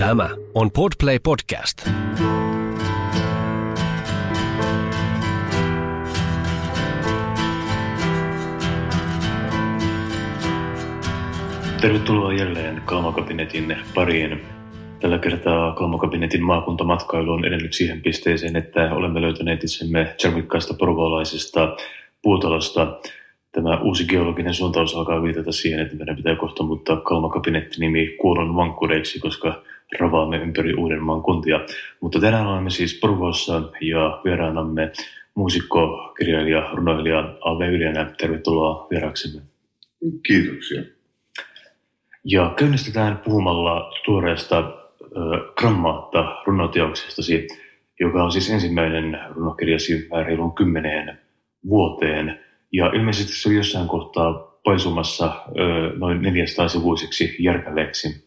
Tämä on Podplay Podcast. Tervetuloa jälleen Kaumakabinetin pariin. Tällä kertaa Kaumakabinetin maakuntamatkailu on edennyt siihen pisteeseen, että olemme löytäneet itsemme charmikkaasta porvoolaisesta puutalosta. Tämä uusi geologinen suuntaus alkaa viitata siihen, että meidän pitää kohta muuttaa Kaumakabinetti-nimi Kuolon vankkureiksi, koska ravaamme ympäri Uudenmaan kuntia. Mutta tänään olemme siis Porvoossa ja vieraanamme muusikko, kirjailija, runoilija A.V. Ylänä. Tervetuloa vieraaksemme. Kiitoksia. Ja käynnistetään puhumalla tuoreesta Grammaatta runoteoksestasi, joka on siis ensimmäinen runokirjasi reilun 10 vuoteen. Ja ilmeisesti se on jossain kohtaa paisumassa noin 400-sivuiseksi järkäleeksi.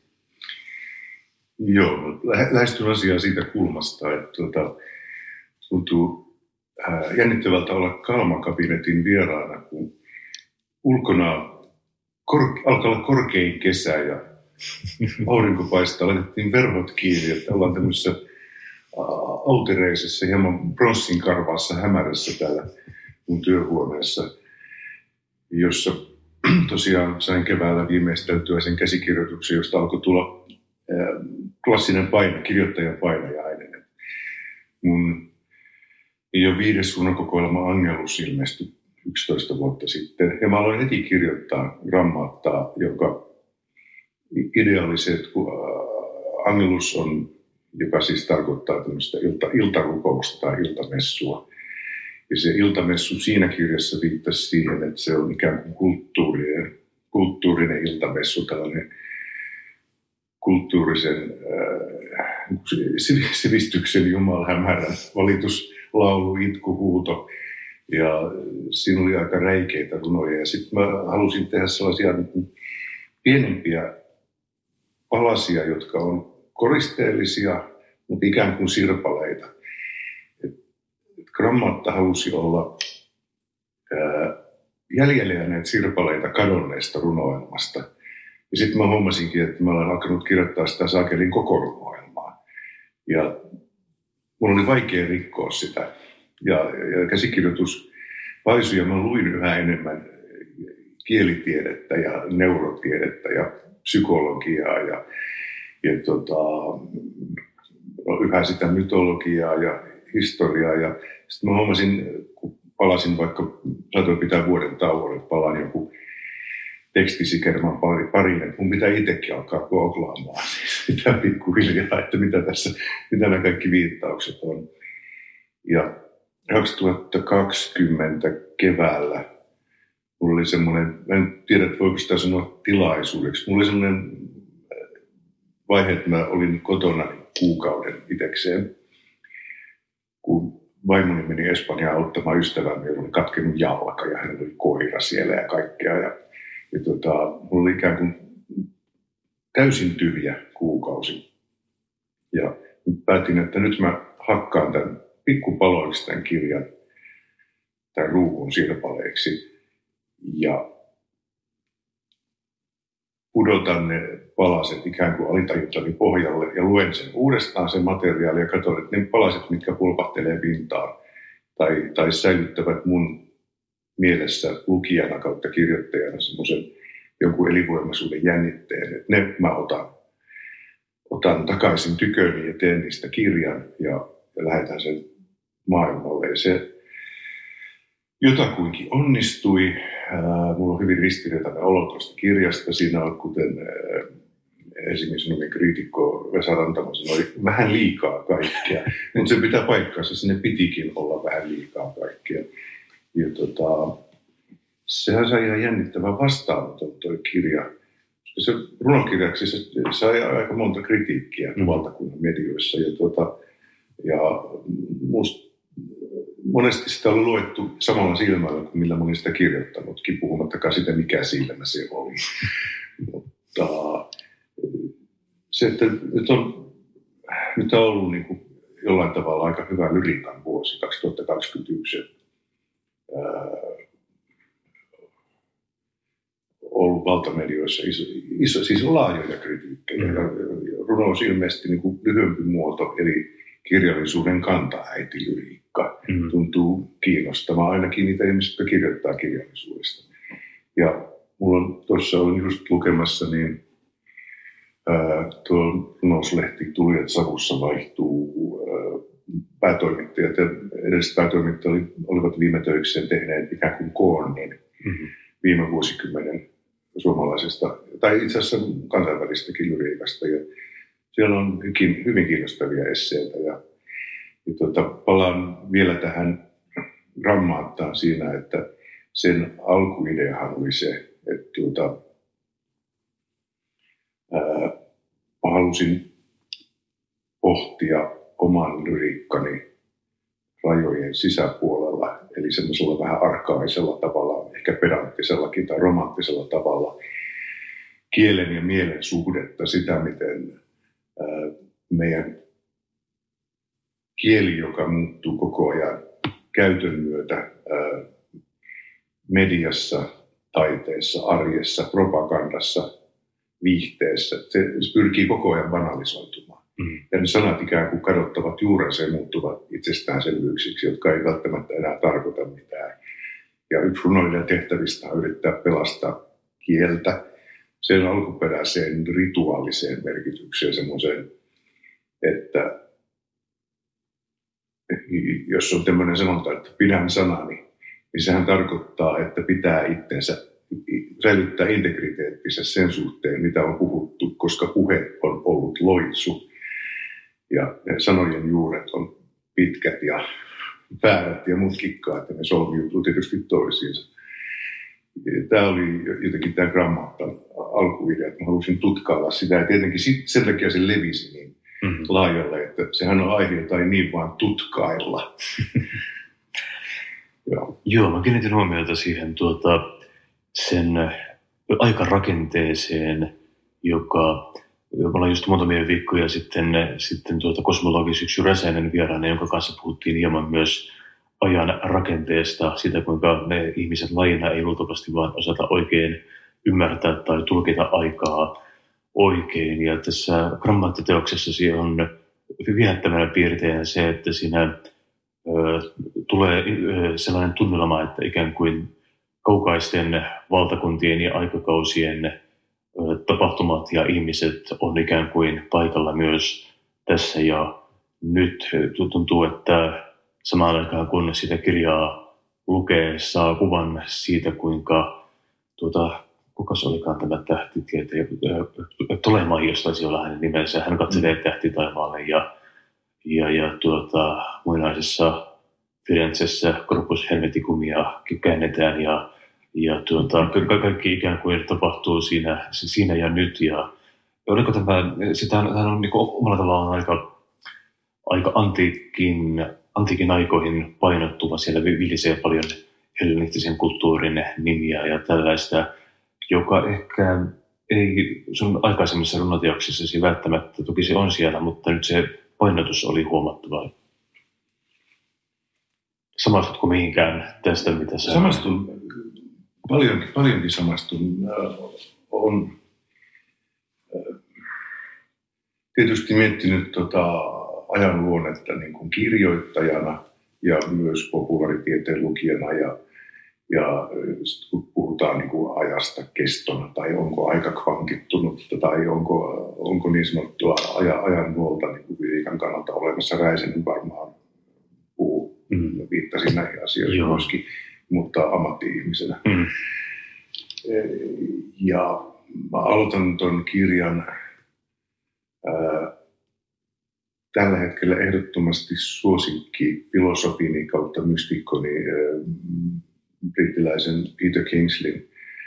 Joo, lähestyn asiaa siitä kulmasta, että tuntuu jännittävältä olla Kaumakabinetin vieraana, kun ulkona alkaa olla korkein kesä ja aurinko paistaa, laitettiin verhot kiinni, että ollaan tämmöisessä autereisessa, hieman bronssin karvaassa hämärässä täällä mun työhuoneessa, jossa tosiaan sain keväällä viimeisteltyä sen käsikirjoituksen, josta alkoi tulla klassinen kirjoittajan painajainen. Mun jo 5. runokokoelma Angelus ilmestyi 11 vuotta sitten. Ja mä aloin heti kirjoittaa Grammaattaa, jonka idea oli se, että Angelus on, joka siis tarkoittaa tämmöistä iltarukousta tai iltamessua. Ja se iltamessu siinä kirjassa viittasi siihen, että se on ikään kuin kulttuurinen iltamessu, tällainen kulttuurisen sivistyksen jumalhämärän valituslaulu, itku, huuto. Ja siinä oli aika räikeitä runoja. Ja sitten mä halusin tehdä sellaisia pienempiä palasia, jotka on koristeellisia, mutta ikään kuin sirpaleita. Grammaatta halusi olla jäljellä jääneet sirpaleita kadonneesta runoelmasta. Ja sitten mä huomasinkin, että mä olen alkanut kirjoittaa sitä saakelin koko runoelmaa. Ja mun oli vaikea rikkoa sitä. Ja käsikirjoitus paisui ja mä luin yhä enemmän kielitiedettä ja neurotiedettä ja psykologiaa ja yhä sitä mytologiaa ja historiaa. Ja sitten mä huomasin, kun palasin vaikka, saatoin pitää vuoden tauon, että palaan joku tekstisikerman pariin, että mun pitää itsekin alkaa googlaamaan sitä pikkuhiljaa, että mitä nämä kaikki viittaukset on. Ja 2020 keväällä mulla oli semmoinen, mä en tiedä, että voiko sitä sanoa tilaisuudeksi. Mulla oli semmoinen vaihe, että mä olin kotona kuukauden itekseen, kun vaimoni meni Espanjaan auttamaan ystävämme, jolla oli katkenut jalka ja hänellä oli koira siellä ja kaikkea. Ja mulla oli ikään kuin täysin tyhjä kuukausi. Ja päätin, että nyt mä hakkaan tämän pikkupaloiksi tämän kirjan, tämän ruuvun sirpaleiksi ja pudotan ne palaset ikään kuin alitajuntani pohjalle ja luen sen uudestaan sen materiaali ja katson, että ne palaset, mitkä pulpahtelee pintaan tai säilyttävät mun mielessä lukijana kautta kirjoittajana semmoisen jonkun elinvoimaisuuden jännitteen, että ne mä otan takaisin tyköni ja teen niistä kirjan ja lähetän sen maailmalle. Ja se jotakuinkin onnistui. Mulla on hyvin ristiriitainen olo tuosta kirjasta. Siinä on, kuten Helsingin Sanomien kriitikko Vesa Rantamo sanoi, vähän liikaa kaikkea. Mutta se pitää paikkansa, sinne pitikin olla vähän liikaa kaikkea. Ja sehän sai ihan jännittävän vastaanoton tuo kirja. Se runokirjaksi se sai aika monta kritiikkiä valtakunnan medioissa. Ja musta monesti sitä oli luettu samalla silmällä kuin millä mä olin sitä kirjoittanutkin, puhumattakaan sitä, mikä silmä se oli. Mutta se, että nyt on ollut niin kuin jollain tavalla aika hyvä lyriikan vuosi, 2021. ollut valtamedioissa siis laajoja kritiikkejä. Ja runous ilmeisesti niin kuin lyhyempi muoto, eli kirjallisuuden kantaäitilyriikka. Tuntuu kiinnostavaa ainakin niitä ihmisiä, jotka kirjoittaa kirjallisuudesta. Ja mulla on tuossa olin just lukemassa, niin tuo runouslehti Tulijat savussa vaihtuu päätoimittajat, ja edelliset päätoimittajat olivat viime töikseen tehneet ikään kuin koonnin viime vuosikymmenen suomalaisesta, tai itse asiassa kansainvälistäkin lyriikasta. Ja siellä on hyvin kiinnostavia esseitä. Ja palaan vielä tähän Grammaattaan siinä, että sen alkuideahan oli se, että mä halusin pohtia oman lyriikkani rajojen sisäpuolella, eli semmoisella vähän arkaisella tavalla, ehkä pedanttisellakin tai romanttisella tavalla, kielen ja mielen suhdetta, sitä miten meidän kieli, joka muuttuu koko ajan käytön myötä mediassa, taiteessa, arjessa, propagandassa, viihteessä, se pyrkii koko ajan banalisoitumaan. Ja ne sanat ikään kuin kadottavat juurensa ja muuttuvat itsestäänselvyyksiksi, jotka ei välttämättä enää tarkoita mitään. Ja yksi runoilijan tehtävistä on yrittää pelastaa kieltä sen alkuperäiseen rituaaliseen merkitykseen, semmoiseen, että jos on tämmöinen sanonta, että pidän sanani, niin sehän tarkoittaa, että pitää itsensä säilyttää integriteettinsä sen suhteen, mitä on puhuttu, koska puhe on ollut loitsu. Ja sanojen juuret on pitkät ja väärät ja mutkikkaat, ja ne solmiutuu tietysti toisiinsa. Tämä oli jotenkin tämä Grammaattan alkuidea, että mä halusin tutkailla sitä, ja tietenkin sen takia se levisi niin laajalle, että sehän on aihe, jota ei niin vaan tutkailla. Joo, mä kiinnitin huomiota siihen sen aikarakenteeseen, joka me ollaan just muutamia viikkoja sitten kosmologi Syksy Räsänen vieraana, jonka kanssa puhuttiin hieman myös ajan rakenteesta, siitä kuinka me ihmiset lajina ei luultavasti vaan osata oikein ymmärtää tai tulkita aikaa oikein. Ja tässä grammaattiteoksessasi on viehättävänä piirteenä se, että siinä tulee sellainen tunnelma, että ikään kuin kaukaisten valtakuntien ja aikakausien tapahtumat ja ihmiset on ikään kuin paikalla myös tässä ja nyt. Tuntuu, että samaan aikaan kun sitä kirjaa lukee, saa kuvan siitä, kuinka kuka se olikaan tämä tähtitieteilijä, Ptolemaios taisi olla hänen nimensä. Hän katselee tähtitaivaalle ja muinaisessa Firenzessä Corpus Helveticumia käännetään ja kaikki ikään kuin tapahtuu siinä ja nyt. Ja oliko sitähän on niin omalla tavallaan aika antiikin aikoihin painottuva. Siellä vilisee paljon hellenistisen kulttuurin nimiä ja tällaista, joka ehkä ei sun aikaisemmissa runoteoksissasi välttämättä, toki se on siellä, mutta nyt se painotus oli huomattava. Samastutko mihinkään tästä, mitä sä... Samastun, paljonkin samastun. On tietysti miettinyt ajan luonnetta niin kuin kirjoittajana ja myös populaaritieteen lukijana ja kun puhutaan niin kuin ajasta kestona tai onko aika kvankittunutta tai onko niin sanottua ajan nuolta niin kuin fysiikan kannalta olemassa. Räisänen varmaan viittasin näihin asioihin myöskin, mutta ammatti-ihmisenä. Ja mä aloitan tuon kirjan tällä hetkellä ehdottomasti suosikki filosofini kautta mystikkoni brittiläisen Peter Kingsleyn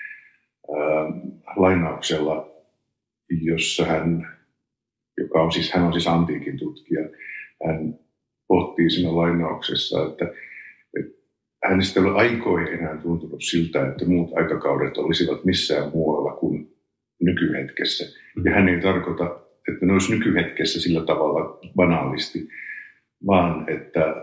lainauksella, jossa hän on siis antiikin tutkija, hän pohtii siinä lainauksessa, että hänestä ei ole aikoihin enää tuntunut siltä, että muut aikakaudet olisivat missään muualla kuin nykyhetkessä. Ja hän ei tarkoita, että ne olisi nykyhetkessä sillä tavalla banaalisti, vaan että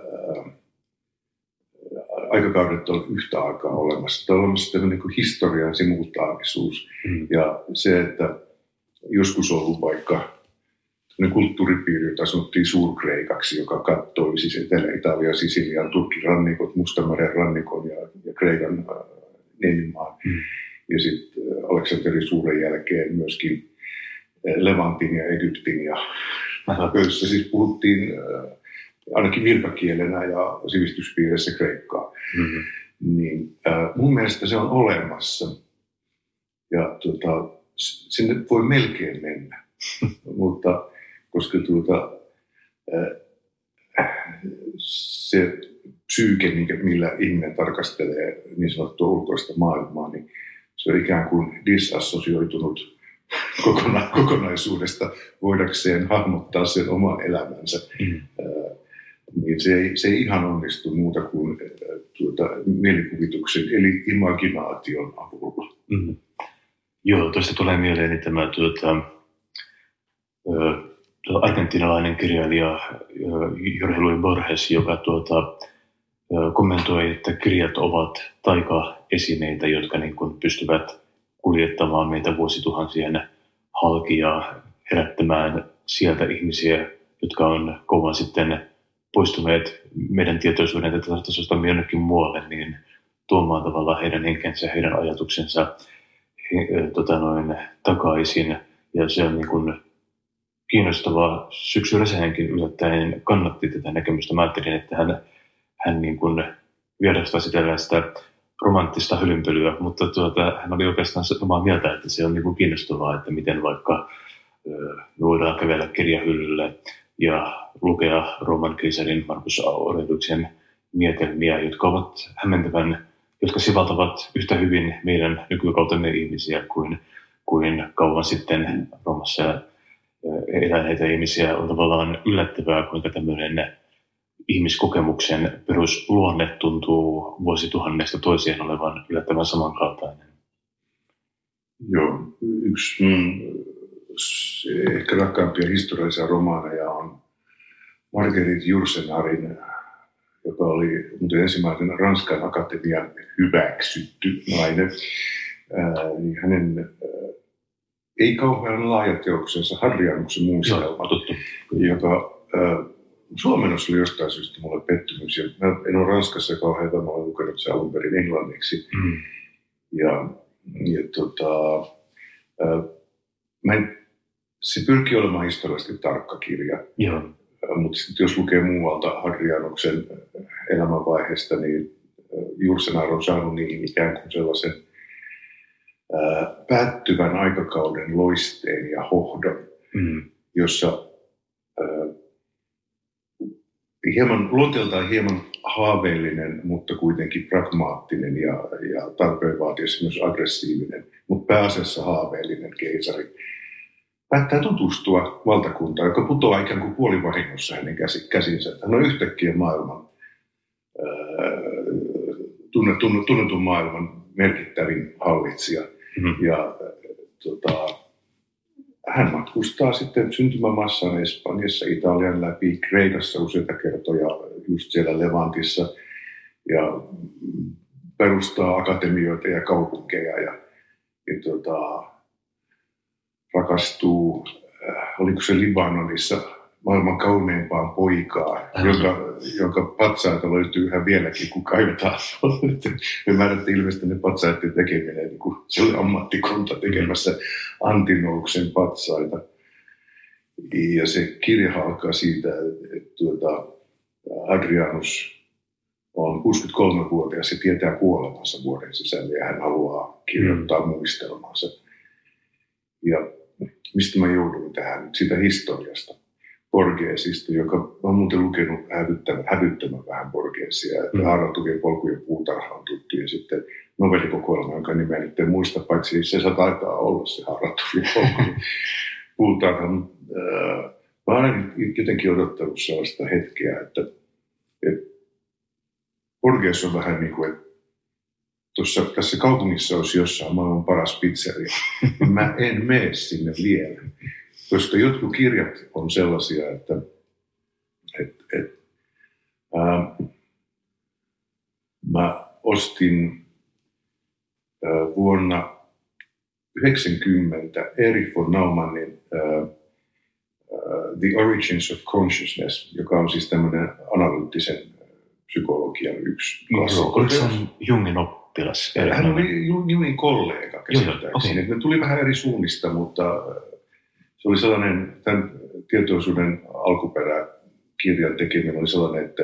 aikakaudet on yhtä aikaa olemassa. On olemassa tämmöinen niin kuin historian simultaanisuus. Ja se, että joskus on ollut vaikka kulttuuripiiri, jota sanottiin Suurkreikaksi, joka kattoi siis Etelä-Italia, Sisilian, Turkin rannikot, Mustanmeren rannikon ja Kreikan niemimaan. Ja sitten Aleksanterin suuren jälkeen myöskin Levantin ja Egyptin, ja joissa siis puhuttiin ainakin virkakielenä ja sivistyspiirissä kreikkaa. Niin, mun mielestä se on olemassa. Ja sinne voi melkein mennä. Mutta koska se psyyke, millä ihminen tarkastelee niin sanottua ulkoista maailmaa, niin se on ikään kuin disassosioitunut kokonaisuudesta voidakseen hahmottaa sen oman elämänsä. Niin se ei ihan onnistu muuta kuin mielikuvituksen eli imaginaation avulla. Joo, tuosta tulee mieleeni tämä argentinalainen kirjailija Jorge Luis Borges, joka kommentoi, että kirjat ovat taikaesineitä, jotka niin kuin pystyvät kuljettamaan meitä vuosituhansien halki ja herättämään sieltä ihmisiä, jotka on kauan sitten poistuneet meidän tietoisuuden tasosta jonnekin muualle, niin tuomaan tavallaan heidän henkensä, heidän ajatuksensa takaisin. Ja se on niin kuin kiinnostavaa. Syksy Räsänenkin yllättäen kannatti tätä näkemystä. Mä ajattelin, että hän niin kuin vierastasi tällaista romanttista hölynpölyä, mutta hän oli oikeastaan samaa mieltä, että se on niin kuin kiinnostavaa, että miten vaikka voidaan kävellä kirjahyllylle ja lukea Rooman keisarin Marcus Aureliuksen mietelmiä, jotka ovat jotka sivaltavat yhtä hyvin meidän nykykautemme ihmisiä kuin kauan sitten Roomassa eläneitä ihmisiä. On tavallaan yllättävää, kuinka tämmöinen ihmiskokemuksen perusluonne tuntuu vuosituhannesta toiseen olevan yllättävän samankaltainen. Joo, yksi ehkä rakkaimpia historiallisia romaaneja on Marguerite Yourcenarin, joka oli ensimmäisen Ranskan akatemian hyväksytty nainen. Hänen ei kauhean laajateoksensa Hadrianuksen muistelma, joka suomennos oli jostain syystä mulle pettymys. Ja mä en ole Ranskassa kauhean, mä olen lukenut se alun perin englanniksi. Se pyrkii olemaan historiallisesti tarkka kirja. Mutta sitten jos lukee muualta Hadrianuksen elämänvaiheesta, niin Yourcenar on saanut niihin ikään kuin sellaisen päättyvän aikakauden loisteen ja hohdon, jossa luonteeltaan hieman haaveellinen, mutta kuitenkin pragmaattinen ja tarpeen vaatiessa myös aggressiivinen, mutta pääasiassa haaveellinen keisari päättää tutustua valtakuntaan, joka putoaa ikään kuin puolivahingossa hänen käsinsä. Hän on yhtäkkiä maailman, tunnetun maailman merkittävin hallitsija. Ja hän matkustaa sitten syntymämassaan Espanjassa, Italian läpi, Kreikassa useita kertoja, just siellä Levantissa, ja perustaa akatemioita ja kaupunkeja ja rakastuu, oliko se Libanonissa, maailman kauneimpaan poikaan, jonka patsaita löytyy yhä vieläkin, kun kaivetaan. Ymmärrätte ilmeisesti ne patsaiden tekeminen, niin kun se oli ammattikunta tekemässä Antinouksen patsaita. Ja se kirja alkaa siitä, että Hadrianus on 63-vuotias ja tietää kuolemansa vuoden sisällä ja hän haluaa kirjoittaa muistelmansa. Ja mistä mä jouduin tähän nyt siitä historiasta, Borgesista, joka on muuten lukenut hävyttömän vähän Borgesia, että Haarautuvien polkujen puutarha on tuttu ja sitten novellikokoelma, jonka nimeä nyt en muista, paitsi se taitaa olla se Haarautuvien polkujen puutarha. Mä olen jotenkin odottanut sellaista hetkeä, että Borges on vähän niin kuin, että tässä kaupungissa olisi jossain maailman paras pizzeria. Mä en mene sinne vielä, koska jotkut kirjat on sellaisia, että mä ostin vuonna 1990 Erich von Naumannin The Origins of Consciousness, joka on siis tämmöinen analyyttisen psykologian yksi klassikko. Oliko se Jungin oppilas? Hän oli Jungin kollega käsittääkseni. Ne tuli vähän eri suunnista, mutta se oli sellainen, tämän tietoisuuden alkuperäkirjan tekeminen oli sellainen, että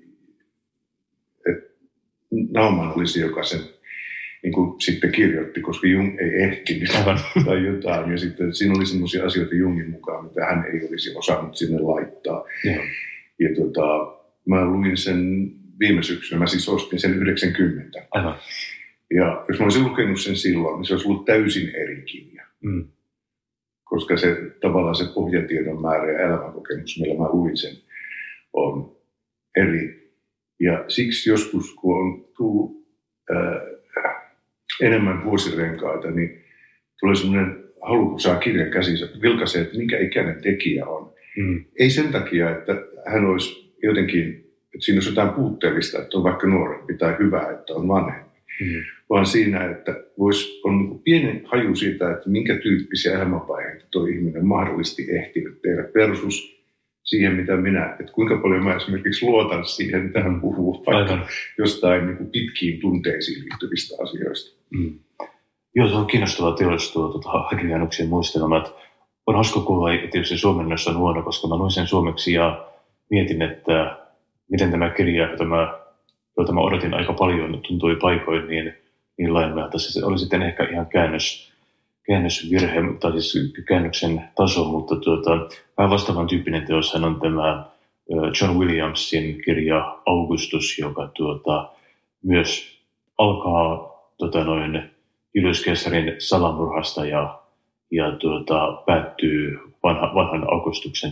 Naumann oli se, joka sen niin kuin sitten kirjoitti, koska Jung ei ehtinyt tai jotain. Ja sitten siinä oli sellaisia asioita Jungin mukaan, mitä hän ei olisi osannut sinne laittaa. Ja mä luin sen viime syksynä, mä siis ostin sen 90. Aivan. Ja jos mä olisin lukenut sen silloin, niin se olisi ollut täysin eri kirja. Koska se tavallaan se pohjatiedon määrä ja elämänkokemus, millä mä luin sen, on eri. Ja siksi joskus, kun on tullut enemmän vuosirenkaita, niin tulee semmoinen halu, kun saa kirjan käsinsä, vilkaisee, että minkä ikäinen tekijä on. Ei sen takia, että hän olisi jotenkin, että siinä olisi jotain puutteellista, että on vaikka nuorempi tai hyvä, että on vanhempi. Vaan siinä, että on pieni haju siitä, että minkä tyyppisiä elämänvaiheita tuo ihminen mahdollisesti ehtinyt tehdä versus siihen, mitä minä, että kuinka paljon mä esimerkiksi luotan siihen, mitä hän puhuu, vaikka jostain niin kuin pitkiin tunteisiin liittyvistä asioista. Joo, se on kiinnostavaa teollistua Hadrianuksien muistelmat. On hauska kuulla, että tietysti suomennossa on huono, koska mä luin sen suomeksi ja mietin, että miten tämä kirja, jota mä odotin aika paljon, tuntui paikoin niin lainvalta. Se oli sitten ehkä ihan käännösvirhe, tai siis käännöksen taso, mutta vähän vastaavan tyyppinen teoshan on tämä John Williamsin kirja Augustus, joka myös alkaa Julius Caesarin salamurhasta ja päättyy vanhan Augustuksen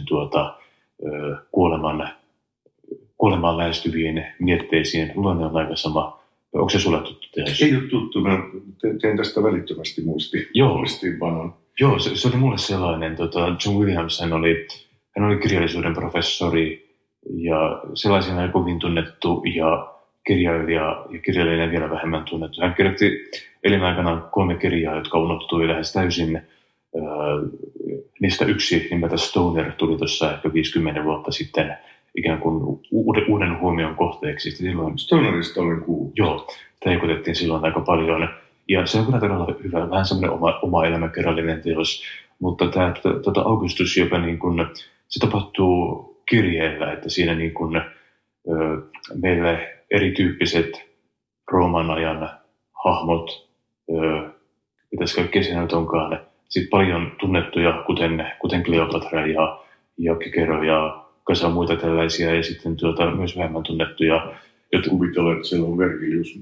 kuolemaan lähestyviin mietteisiin. Luonne on aika sama. Onko se sulle tuttu teos? Ei ole tuttu. Mä tein tästä välittömästi muistiinpanon. Joo, se oli mulle sellainen. John Williams, hän oli kirjallisuuden professori ja sellaisena kovin tunnettu ja kirjailija ja kirjailijana vielä vähemmän tunnettu. Hän kirjoitti elinaikanaan 3 kirjaa, jotka unohtui lähes täysin. Niistä yksi nimeltä Stoner tuli tuossa ehkä 50 vuotta sitten ikään kuin uuden huomion kohteeksi. Stonerista olen kuullut. Joo, teikutettiin silloin aika paljon. Ja se on kyllä todella hyvä, vähän semmoinen oma elämäkerrallinen teos. Mutta tämä Augustus, joka niin kuin, se tapahtuu kirjeellä, että siinä niin kuin, meille erityyppiset Rooman ajan hahmot, mitäs kaikkea siinä nyt onkaan, sitten paljon tunnettuja, kuten Kleopatra ja Kikero ja kasa muita tällaisia, ja sitten myös vähemmän tunnettuja. Kuvitellaan, että siellä on Vergilius.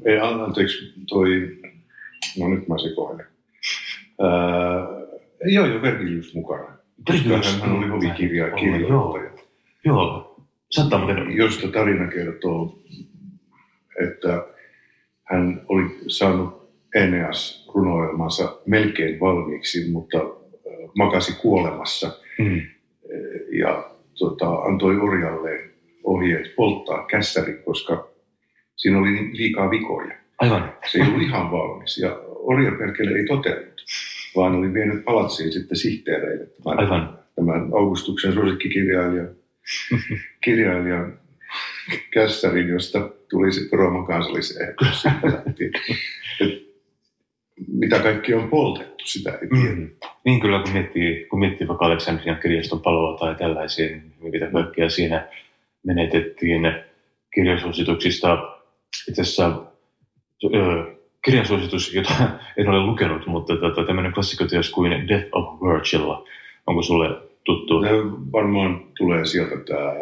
Nyt mä sekoilen. Joo, Vergilius mukana. Hän oli hovikirjoittaja. Joo, saattaa muuten. Josta tarina kertoo, että hän oli saanut Eneas-runoelmansa melkein valmiiksi, mutta makasi kuolemassa. Ja antoi orjalleen ohjeet polttaa kässäri, koska siinä oli liikaa vikoja. Aivan. Se ei ollut ihan valmis. Ja orjaperkele ei toteutunut, vaan oli vienyt palatsiin sitten sihteereille tämän Augustuksen suosikkikirjailijan kässärin, josta tuli sitten Rooman kansalliseen mitä kaikki on poltettu, sitä ei tiedä. Niin kyllä, kun miettii vaikka Aleksandrian kirjaston paloa tai tällaisia, niin mitä kaikkea siinä menetettiin kirjasuosituksista. Itse asiassa kirjasuositus, jota en ole lukenut, mutta tämmöinen klassikkoteos kuin Death of Virgil, onko sulle tuttu? Varmaan tulee sieltä tämä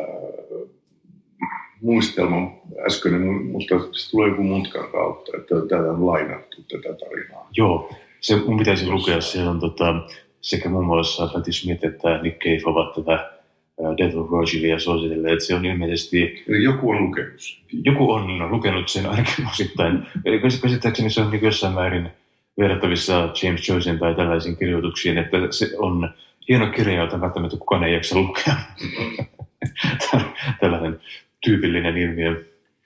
muistelma äskeinen, mutta se tulee joku mutkan kautta, että täällä on lainattu tätä tarinaa. Joo, se mun pitäisi lukea. Siellä on sekä muun muassa Patti Smith että Nick Cave ovat tätä Death of Virgilia suositelleet, että se on ilmeisesti. Eli joku on lukenut sen. Joku on lukenut sen ainakin osittain. Käsittääkseni se on niin jossain määrin verrattavissa James Joycen tai tällaisiin kirjoituksiin, että se on hieno kirja, jota välttämättä kukaan ei jaksa lukea. Tällainen tyypillinen ilmiö.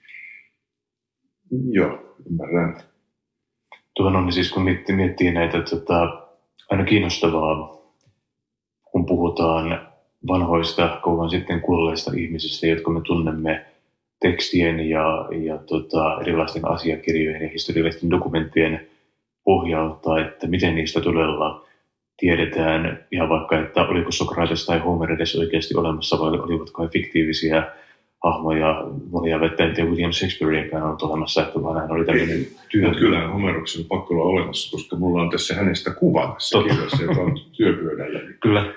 Joo, ymmärrän. Tuohon on siis, kun miettii näitä, aina kiinnostavaa, kun puhutaan vanhoista, kauan sitten kuolleista ihmisistä, jotka me tunnemme tekstien ja erilaisten asiakirjojen ja historiallisten dokumenttien pohjalta, että miten niistä todella tiedetään ihan vaikka, että oliko Sokrates tai Homer edes oikeasti olemassa vai olivatko he fiktiivisiä hahmoja. Monia väittäjät ja William Shakespeareakaan on olemassa, että vaan hän oli tämmöinen työ. Kyllä Homeroksen on pakko olla olemassa, koska mulla on tässä hänestä kuva tässä kirjassa, joka on työpöydällä. Kyllä.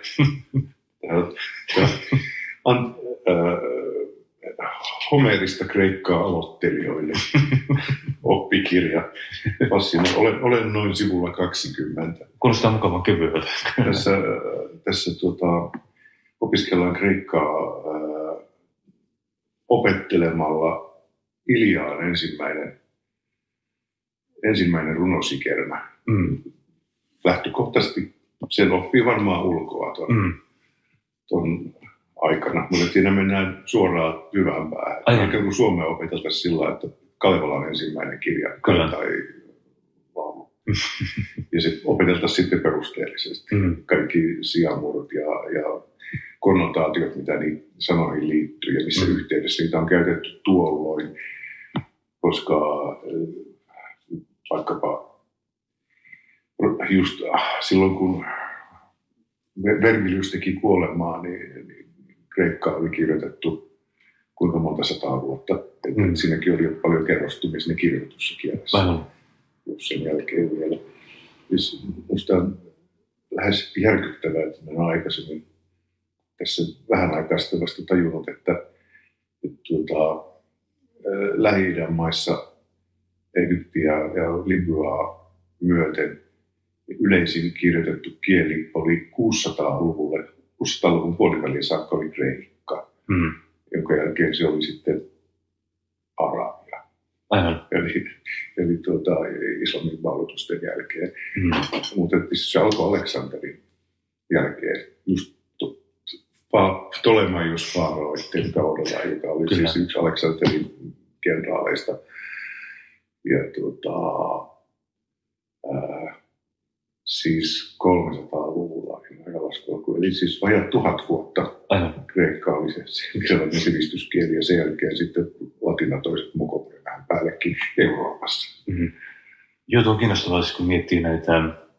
Homerista Kreikkaa aloittelijoille oppikirja. Passina. Olen noin sivulla 20. Kuulostaa mukavan kevyeltä. Tässä opiskellaan Kreikkaa opettelemalla Iliaan ensimmäinen runosikermä. Lähtökohtaisesti sen oppii varmaan ulkoa tuon aikana, mutta siinä mennään suoraan hyvään päähän. Eikä kun Suomea opeteltaisiin sillä, että Kalevalan ensimmäinen kirja tai laulu. Ja se opeteltaisiin sitten perusteellisesti. Kaikki sijamuodot ja konnotaatiot, mitä niihin sanoihin liittyy ja missä yhteydessä niitä on käytetty tuolloin. Koska vaikkapa just silloin, kun Vergilius teki Kuolemaa, niin Kreikka oli kirjoitettu kuinka monta 100 vuotta. Siinäkin oli paljon kerrostumia siinä kirjoitussa kielessä. Sen jälkeen vielä. Minusta on lähes järkyttävää, että minä olen aikaisemmin tässä vähän aikaa sitten vasta tajunnut, että Lähi-idän maissa Egyptiä ja Libyaa myöten yleisin kirjoitettu kieli oli 600-luvun puoliväliin saakka oli kreikka, jonka jälkeen se oli sitten arabia. Eli islamin valloitusten jälkeen. Mutta se alkoi Aleksanterin jälkeen, just Ptolemaios Faaroiden kaudella, joka oli siis yksi Aleksanterin kenraaleista. Ja siis 300-luvulla eli siis vajaa 1000 vuotta kreikka oli se sellainen sivistyskieli ja sen jälkeen sitten latina toiset mukopuolet vähän päällekin Euroopassa. Joo, tuo on kiinnostavaa, kun miettii näitä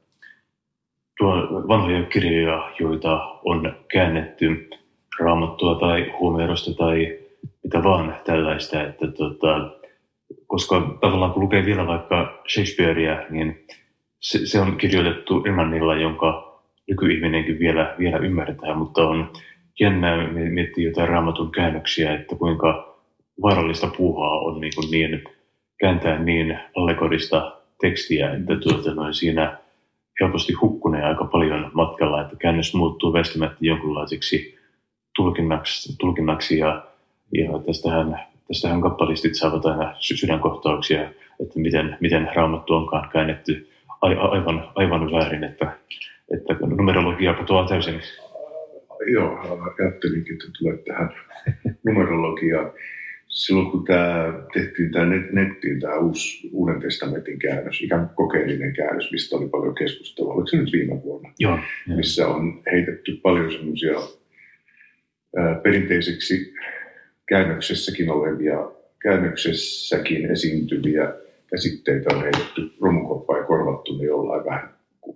vanhoja kirjoja, joita on käännetty Raamattua tai Homerosta tai mitä vaan tällaista, että koska tavallaan kun lukee vielä vaikka Shakespearea, niin se on kirjoitettu englannilla, jonka nykyihminenkin vielä ymmärtää, mutta on jännää miettiä jotain Raamatun käännöksiä, että kuinka vaarallista puuhaa on niin kääntää niin allegorista tekstiä, että siinä helposti hukkunee aika paljon matkalla, että käännös muuttuu väistämättä jonkinlaiseksi tulkinnaksi ja tästähän kappalistit saavat aina sydänkohtauksia, että miten Raamattu onkaan käännetty aivan väärin, että numerologia katoaa täysin. Joo, ajattelinkin, että tulee tähän numerologiaan. Silloin kun tehtiin nettiin tämä Uuden testamentin käännös, ikään kuin kokeellinen käännös, mistä oli paljon keskustelua, oliko se nyt viime vuonna, missä on heitetty paljon semmoisia perinteiseksi käännöksessäkin esiintyviä käsitteitä on heitetty romukoppaan ja korvattu ne jollain vähän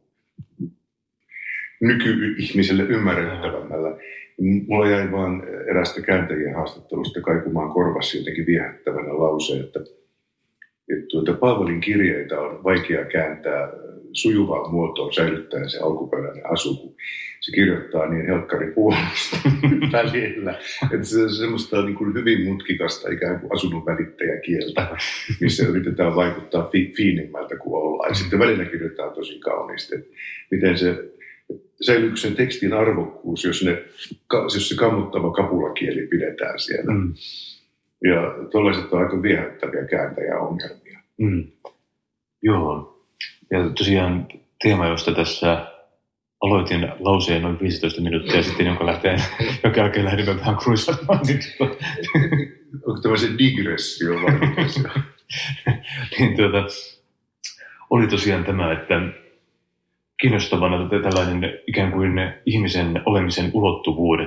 nykyihmiselle ymmärrettävämmällä. Mulla jäi vaan erästä kääntäjien haastattelusta kaikumaan korvassa jotenkin viehättävänä lause, että Paavalin kirjeitä on vaikea kääntää sujuvaan muotoon säilyttäen se alkuperäinen asu, kun se kirjoittaa niin helkkari puolusta välillä. Että se on semmoista niin kuin hyvin mutkikasta ikään kuin asunnon välittäjäkieltä, missä yritetään vaikuttaa fiinimmältä kuin ollaan. Ja sitten välillä kirjoitetaan tosi kauniisti, että miten säilyykö sen tekstin arvokkuus, jos se kammuttava kapulakieli pidetään siellä. Ja tuollaiset on aika viehättäviä kääntäjäongelmia. Joo. Ja tosiaan teema, josta tässä aloitin lauseen noin 15 minuuttia sitten, jonka jälkeen lähdimme vähän kruisaamaan. Onko tämä se digressio vai mikä se on? Oli tosiaan tämä, että kiinnostavana tällainen ikään kuin ihmisen olemisen ulottuvuudet,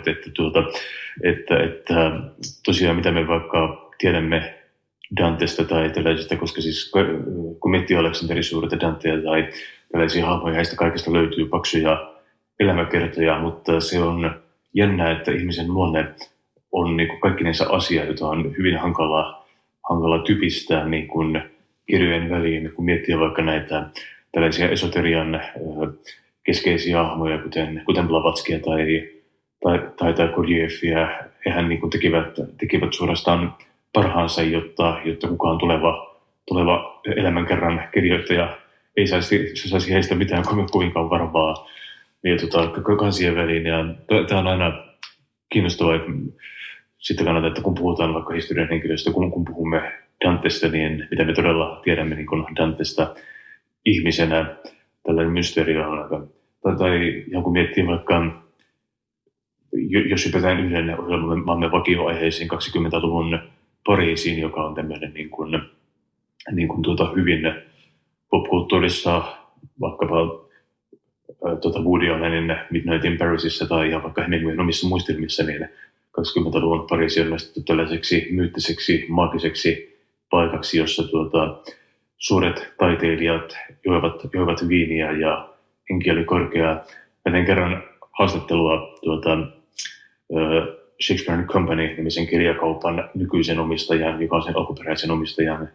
että tosiaan mitä me vaikka tiedämme Dantesta tai tällaisista, koska siis kun miettii Aleksanterisuudelta Dantea tai tällaisia hahmoja, heistä kaikista löytyy paksuja elämäkertoja, mutta se on jännää, että ihmisen luonne on niin kuin kaikkinensa asia, jota on hyvin hankala typistää niin kuin kirjojen väliin, kun miettii vaikka näitä tällaisia esoterian keskeisiä hahmoja, kuten Blavatskia tai Gurdjieffia. Hehän niin kuin tekivät suorastaan parhaansa, jotta kukaan tuleva elämänkerran kirjoittaja ei saisi heistä mitään kovinkaan varmaa kansien väliin. Ja tämä on aina kiinnostavaa. Sitten kannattaa, että kun puhutaan vaikka historian henkilöistä, kun puhumme Dantesta, niin mitä me todella tiedämme niin kuin Dantesta ihmisenä, tällainen mysteeri on aika. Tai kun miettii vaikka, jos hypätään yhden ohjelmamme vakioaiheisiin 20-luvun Pariisiin, joka on tämmöinen niin kuin hyvin popkulttuurissa, vaikkapa Woody Allenin Midnight in Parisissa tai ihan vaikka Hemingwayn omissa muistelmissa, niin 20-luvun Pariisi on nostettu tällaiseksi myyttiseksi, maagiseksi paikaksi, jossa suuret taiteilijat joivat viiniä ja henki oli korkea. Mä tein kerran haastattelua Shakespeare and Company-nimisen kirjakaupan nykyisen omistajan, joka on sen alkuperäisen omistajan,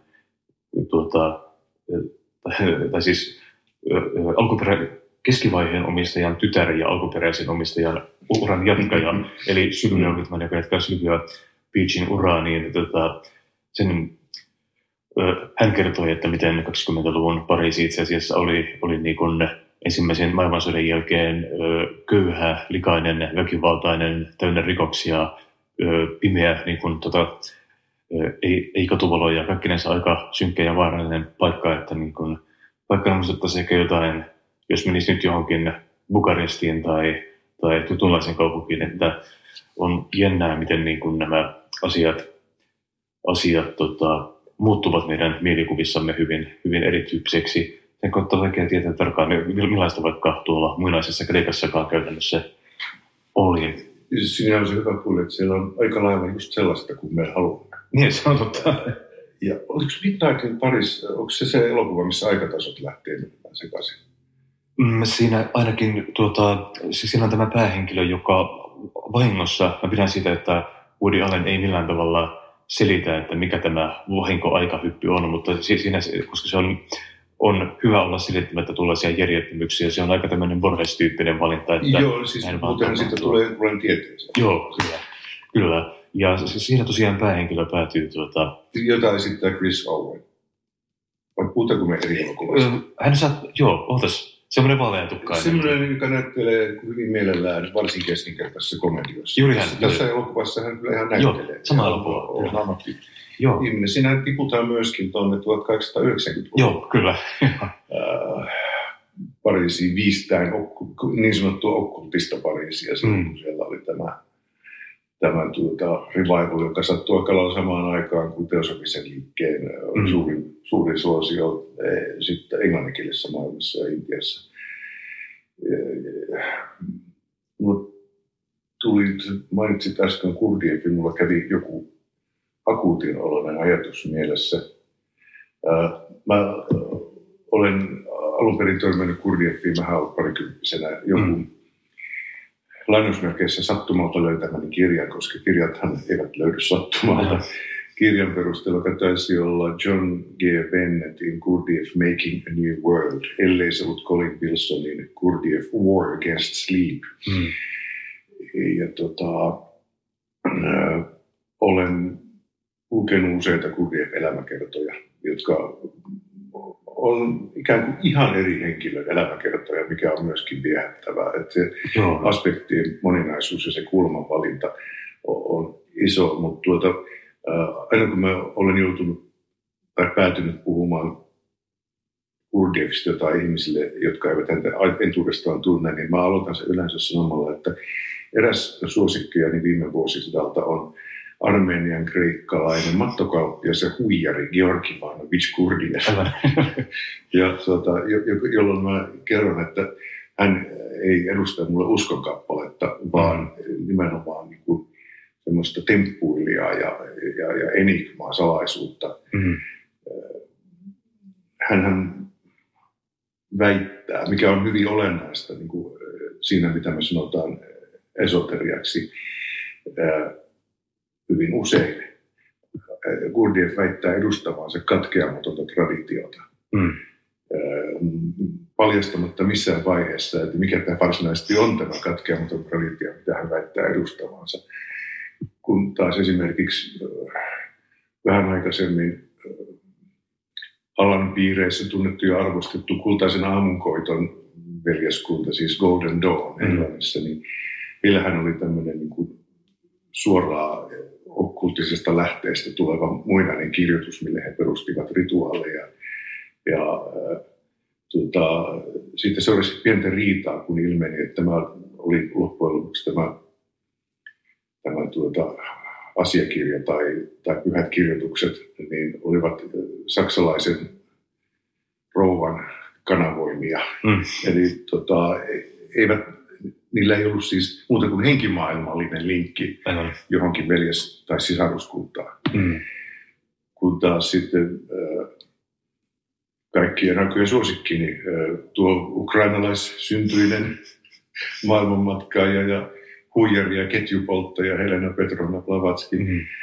tai siis keskivaiheen omistajan tytär ja alkuperäisen omistajan uran jatkaja, eli Sylvia Whitman, joka jatkaa Sylvia Beachin uraa, niin hän kertoi, että miten 20-luvun Pariisi itse asiassa oli niin kuin ensimmäisen maailmansodan jälkeen köyhä, likainen, väkivaltainen, täynnä rikoksia, pimeä, niin kuin, ei katuvaloja, kaikkinensa aika synkkä ja vaarallinen paikka, että niin kuin, vaikka muistuttaisi ehkä jotain, jos menisi nyt johonkin Bukarestiin tai tutunlaisen kaupunkiin, että on jännää, miten niin kuin nämä asiat muuttuvat meidän mielikuvissamme hyvin, hyvin erityyppiseksi. Sen kautta on vaikea tietää tarkkaan, millaista vaikka tuolla muinaisessa Kreikassakaan käytännössä oli. Siinä on se hyvä puoli, että siellä on aika lailla just sellaista kuin me haluamme. Niin, se on totta. Ja oliko Midnight in Paris, onko se elokuva, missä aikatasot lähtee menemään sekaisin? Siinä ainakin siinä on tämä päähenkilö, joka vahingossa, mä pidän siitä, että Woody Allen ei millään tavalla selitä, että mikä tämä vahinko-aikahyppy on, mutta siinä, koska se on hyvä olla selittämättä tuollaisia järjettömyyksiä, se on aika tämmöinen Borges-tyyppinen valinta. Että joo, siis muuten siitä tulee jonkunlainen tieteeseen. Joo, kyllä. Ja siinä tosiaan päähenkilö päätyy jota esittää Chris Owen. Vai puhutaanko me eri elokuvasta? Hän semmoinen vaaleantukkainen. Semmoinen, joka näyttelee hyvin mielellään varsin keskinkertaisessa komediossa. Juuri hän. Tässä elokuvassa hän kyllä ihan näyttelee. Joo, sama elokuva. On ammatti-ihminen. Siinä tiputaan myöskin tuonne 1890-luvulle. Joo, kyllä. Pariisiin viistään, niin sanottua okkultista Pariisia. Kun siellä oli tämä revival, joka sattui aika lailla samaan aikaan kuin teosofisen liikkeen suurin suosio sitten englanninkielisessä maailmassa ja Intiassa. Mainitsit äsken Gurdjieffin, mulla kävi joku akuutin oloinen ajatus mielessä. Mä olen alun perin törmännyt Gurdjieffiin vähän ollut parikymppisenä joku lainausmerkeissä sattumalta löytämäni kirjan, koska kirjathan eivät löydy sattumalta. Kirjan perusteella, joka taisi olla John G. Bennettin Gurdjieff Making a New World, ellei se ollut Colin Wilsonin Gurdjieff War Against Sleep. Ja olen lukenut useita Gurdjieff-elämäkertoja, jotka on ikään kuin ihan eri henkilön elämäkertoja, mikä on myöskin viehättävää. Että se aspektien moninaisuus ja se kulmanvalinta on iso, mutta aina kun mä olen joutunut tai päätynyt puhumaan Gurdjieffista jotain ihmisille, jotka eivät häntä entuudestaan tunne, niin mä aloitan sen yleensä sanomalla, että eräs suosikkijani viime vuosisadalta on armenian kreikkalainen mattokauppias ja huijari Georgi Ivanovich Gurdjieff. Ja jolloin mä kerron, että hän ei edusta mulle uskonkappaletta, vaan nimenomaan niin kuin semmoista temppuilijaa ja enigmaa, salaisuutta. Hänhän väittää, mikä on hyvin olennaista niin kuin siinä, mitä me sanotaan esoteriaksi hyvin usein. Gurdjieff väittää edustavansa katkeamatonta traditiota. Paljastamatta missään vaiheessa, että mikä tämä varsinaisesti on tämä katkeamaton traditio, mitä hän väittää edustavansa. Kun taas esimerkiksi vähän aikaisemmin alan piireissä tunnettu ja arvostettu Kultaisen aamunkoiton veljeskunta, siis Golden Dawn Englannissa, niin heillähän oli tämmöinen niin kuin suoraan okkultisesta lähteestä tuleva muinainen kirjoitus, mille he perustivat rituaaleja. Siitä seurasi pientä riitaa, kun ilmeni, että tämä oli loppujen lopuksi tämä asiakirja tai pyhät kirjoitukset, niin olivat saksalaisen rouvan kanavoimia. Eli niillä ei ollut siis muuta kuin henkimaailmallinen linkki johonkin veljes- tai sisaruskuntaan. Kun taas sitten kaikkien aikojen suosikki, niin tuo ukrainalaissyntyinen maailmanmatkaaja ja huijari ja ketjupolttaja Helena Petrovna Blavatsky,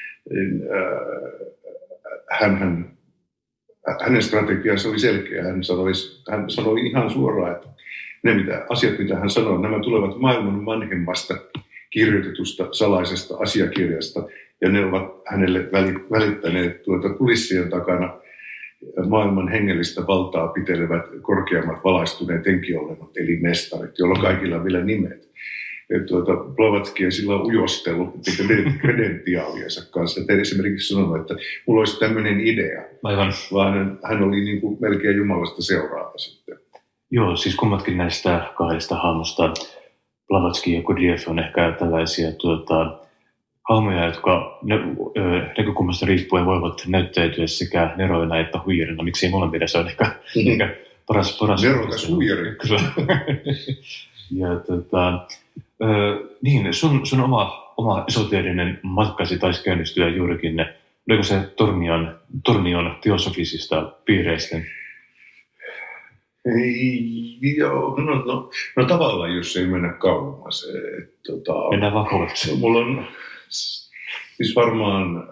hänen strategiansa oli selkeä. Hän sanoi ihan suoraan, että asiat, mitä hän sanoi, nämä tulevat maailman vanhemmasta kirjoitetusta salaisesta asiakirjasta, ja ne ovat hänelle välittäneet kulissien takana maailman hengellistä valtaa pitelevät korkeammat valaistuneet henkiolennot, eli mestarit, joilla kaikilla on vielä nimet. Blavatsky ei sillä ujostellut kredentiaaliensa kanssa. Et esimerkiksi sanonut, että mulla olisi tämmöinen idea, vaan hän oli niin kuin melkein Jumalasta seuraava sitten. Joo, siis kummatkin näistä kahdesta hahmosta, Blavatsky ja Gurdjieff, on ehkä tällaisia hahmoja, jotka näkökulmasta riippuen voivat näyttäytyä sekä neroina että huijarina. Miksi ei molempia? Se on ehkä paras. Nerokas huijari. Ja niin, sun oma esoteerinen matkasi taisi käynnistyä juurikin, oliko se Tornion teosofisista piireistä? No tavallaan, jos ei mennä kauemmas. Mennään vaan kauemmas. Mulla on siis varmaan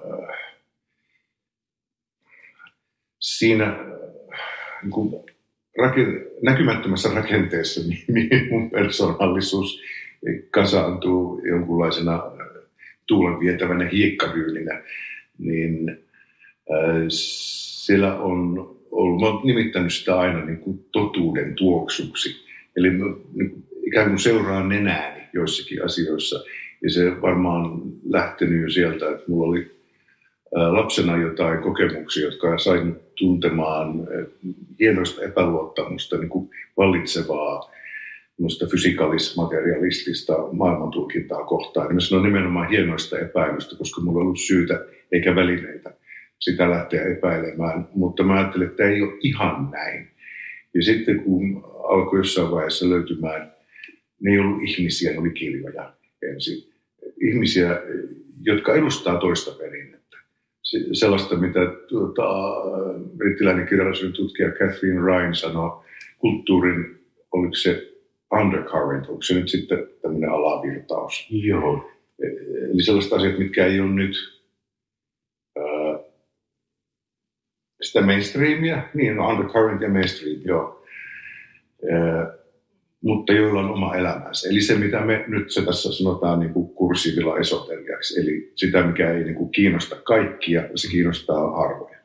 siinä niin kuin näkymättömässä rakenteessa mihin mun persoonallisuus kasaantuu jonkunlaisena tuulen vietävänä hiekkavyylinä, niin siellä on ollut, mä oon nimittänyt sitä aina niin kuin totuuden tuoksuksi. Eli niin ikään kuin seuraan nenääni joissakin asioissa. Ja se varmaan lähtenyt jo sieltä, että mulla oli lapsena jotain kokemuksia, jotka sain tuntemaan hienoista epäluottamusta, niin kuin vallitsevaa fysikaalis-materialistista maailmantulkintaa kohtaan. Mä sanon nimenomaan hienoista epäilystä, koska mulla on ollut syytä eikä välineitä sitä lähteä epäilemään. Mutta mä ajattelin, että tämä ei ole ihan näin. Ja sitten kun alkoi jossain vaiheessa löytymään, ne ei ollut ihmisiä, ne oli kirjoja ensin. Ihmisiä, jotka edustaa toista perinnettä. Sellaista, mitä brittiläinen kirjallisuuden tutkija Catherine Ryan sanoi, kulttuurin, oliko se undercurrent, onko se nyt sitten tämmöinen alavirtaus? Joo. Eli sellaiset asiat, mitkä ei ole nyt sitä mainstreamia, niin undercurrent ja mainstream, joo. Mutta joilla on oma elämänsä. Eli se, mitä me nyt se tässä sanotaan niin kuin kursiivilla esoteriaksi, eli sitä, mikä ei niin kuin kiinnosta kaikkia, se kiinnostaa harvoja.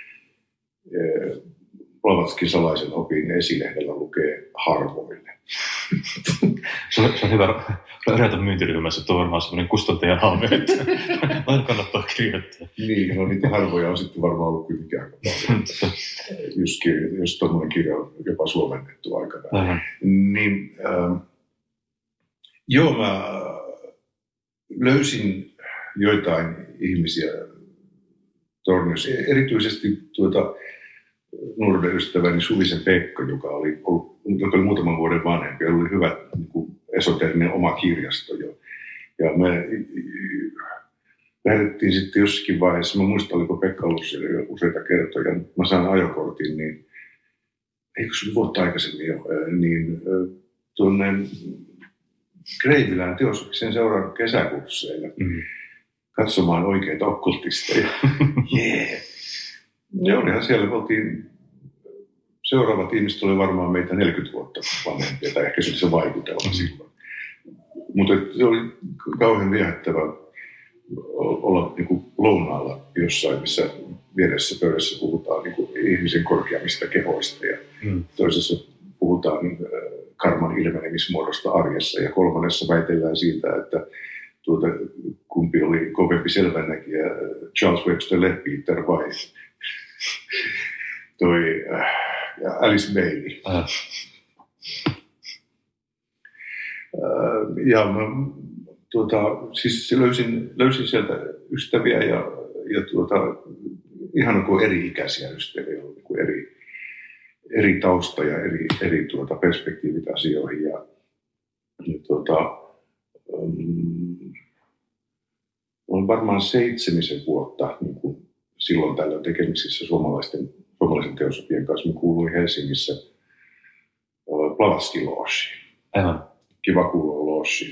Blavatskin salaisen opin esilehdellä lukee harvoille. Se on hyvä erätä myyntiryhmässä, että on varmaan sellainen kustantajan haamme, että aina kannattaa kirjoittaa. Niin, no niitä harvoja on sitten varmaan ollut kuitenkin aika paljon. Jos tuommoinen kirja on jopa suomennettu aikanaan. Niin, joo, mä löysin joitain ihmisiä Torniossa. Erityisesti nuoruuden ystäväni Suvisen Pekka, joka oli muutaman vuoden vanhempi ja oli hyvä niin kuin esoterinen oma kirjasto jo. Ja me lähdettiin sitten jossakin vaiheessa, mä muistan, oliko Pekka ollut siellä jo useita kertoja, mä sain ajokortin, niin eikö se oli vuotta aikaisemmin jo, niin tuonne Kreivilään teosofisen seuran kesäkursseille katsomaan oikeita okkultisteja. Yeah. Ja olihan siellä, oltiin, seuraavat ihmiset oli varmaan meitä 40 vuotta vanhempia, tai ehkä se oli se vaikutelma silloin. Mutta se oli kauhean viehättävä olla niin kuin lounaalla jossain, missä vieressä pöydässä puhutaan niin kuin ihmisen korkeammista kehoista ja toisessa puhutaan karman ilmenemismuodosta arjessa ja kolmannessa väitellään siitä, että kumpi oli kovempi selvänäkijä, Charles Webster Leadbeater vai toi Alice Bailey. Ja mä siis löysin sieltä ystäviä ja ihan kuin eri-ikäisiä ystäviä, niin eri tausta ja eri perspektiivit asioihin. Ja olen varmaan 7 vuotta niin kuin silloin tällöin tekemisissä suomalaisen teosofian kanssa. Mä kuuluin Helsingissä Blavatsky Lodgeen. Aivan. Kiva kuulua Lodgeen.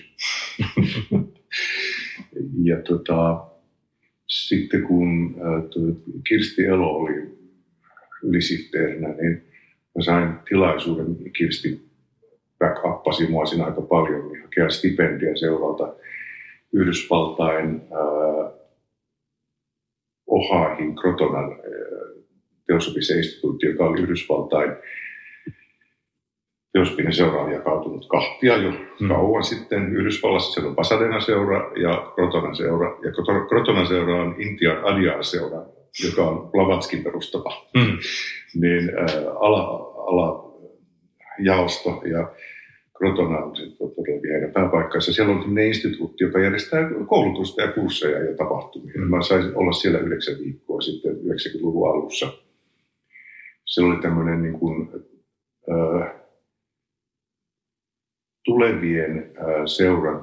Ja sitten kun Kirsti Elo oli ylisihteerinä, niin mä sain tilaisuuden, Kirsti backuppasi mua siinä aika paljon, niin hakea stipendiä seuralta Yhdysvaltain Oahin Crotonan teosofisen instituutti, joka oli Yhdysvaltain teosofinen seura on jakautunut kahtia jo kauan sitten. Yhdysvallassa siellä on Pasadena-seura ja Crotonan seura. Ja Crotonan seura on Intian Adyar-seura, joka on Blavatskin perustava. Niin alajaosto ja Crotona on todella heidän pääpaikkansa. Siellä on tämmöinen instituutti, joka järjestää koulutusta ja kursseja ja tapahtumia. Mä sain olla siellä 9 viikkoa sitten 90-luvun alussa. Siellä oli tämmöinen niin kuin, tulevien seuran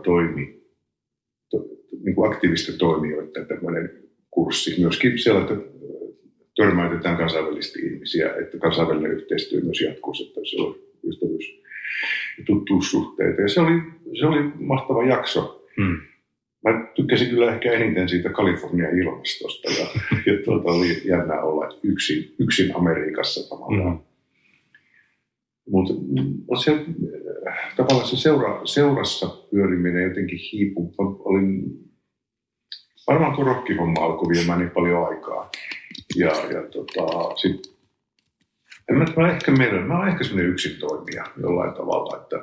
niin kuin aktiivisten toimijoiden tämmöinen kurssi. Myöskin siellä, että törmäytetään kansainvälisesti ihmisiä, että kansainvälinen yhteistyö myös jatkuisi, että se oli ystävyys- ja tuttuussuhteita. Ja se oli mahtava jakso. Mä tykkäsin kyllä ehkä eniten siitä Kalifornian ilmastosta ja oli jännää olla yksin Amerikassa tavallaan. Mutta tavallaan se seurassa pyöriminen jotenkin hiipui. Varmaan tuo rokkihomma alkoi viemään niin paljon aikaa. Mä oon ehkä semmoinen yksin toimija jollain tavalla, että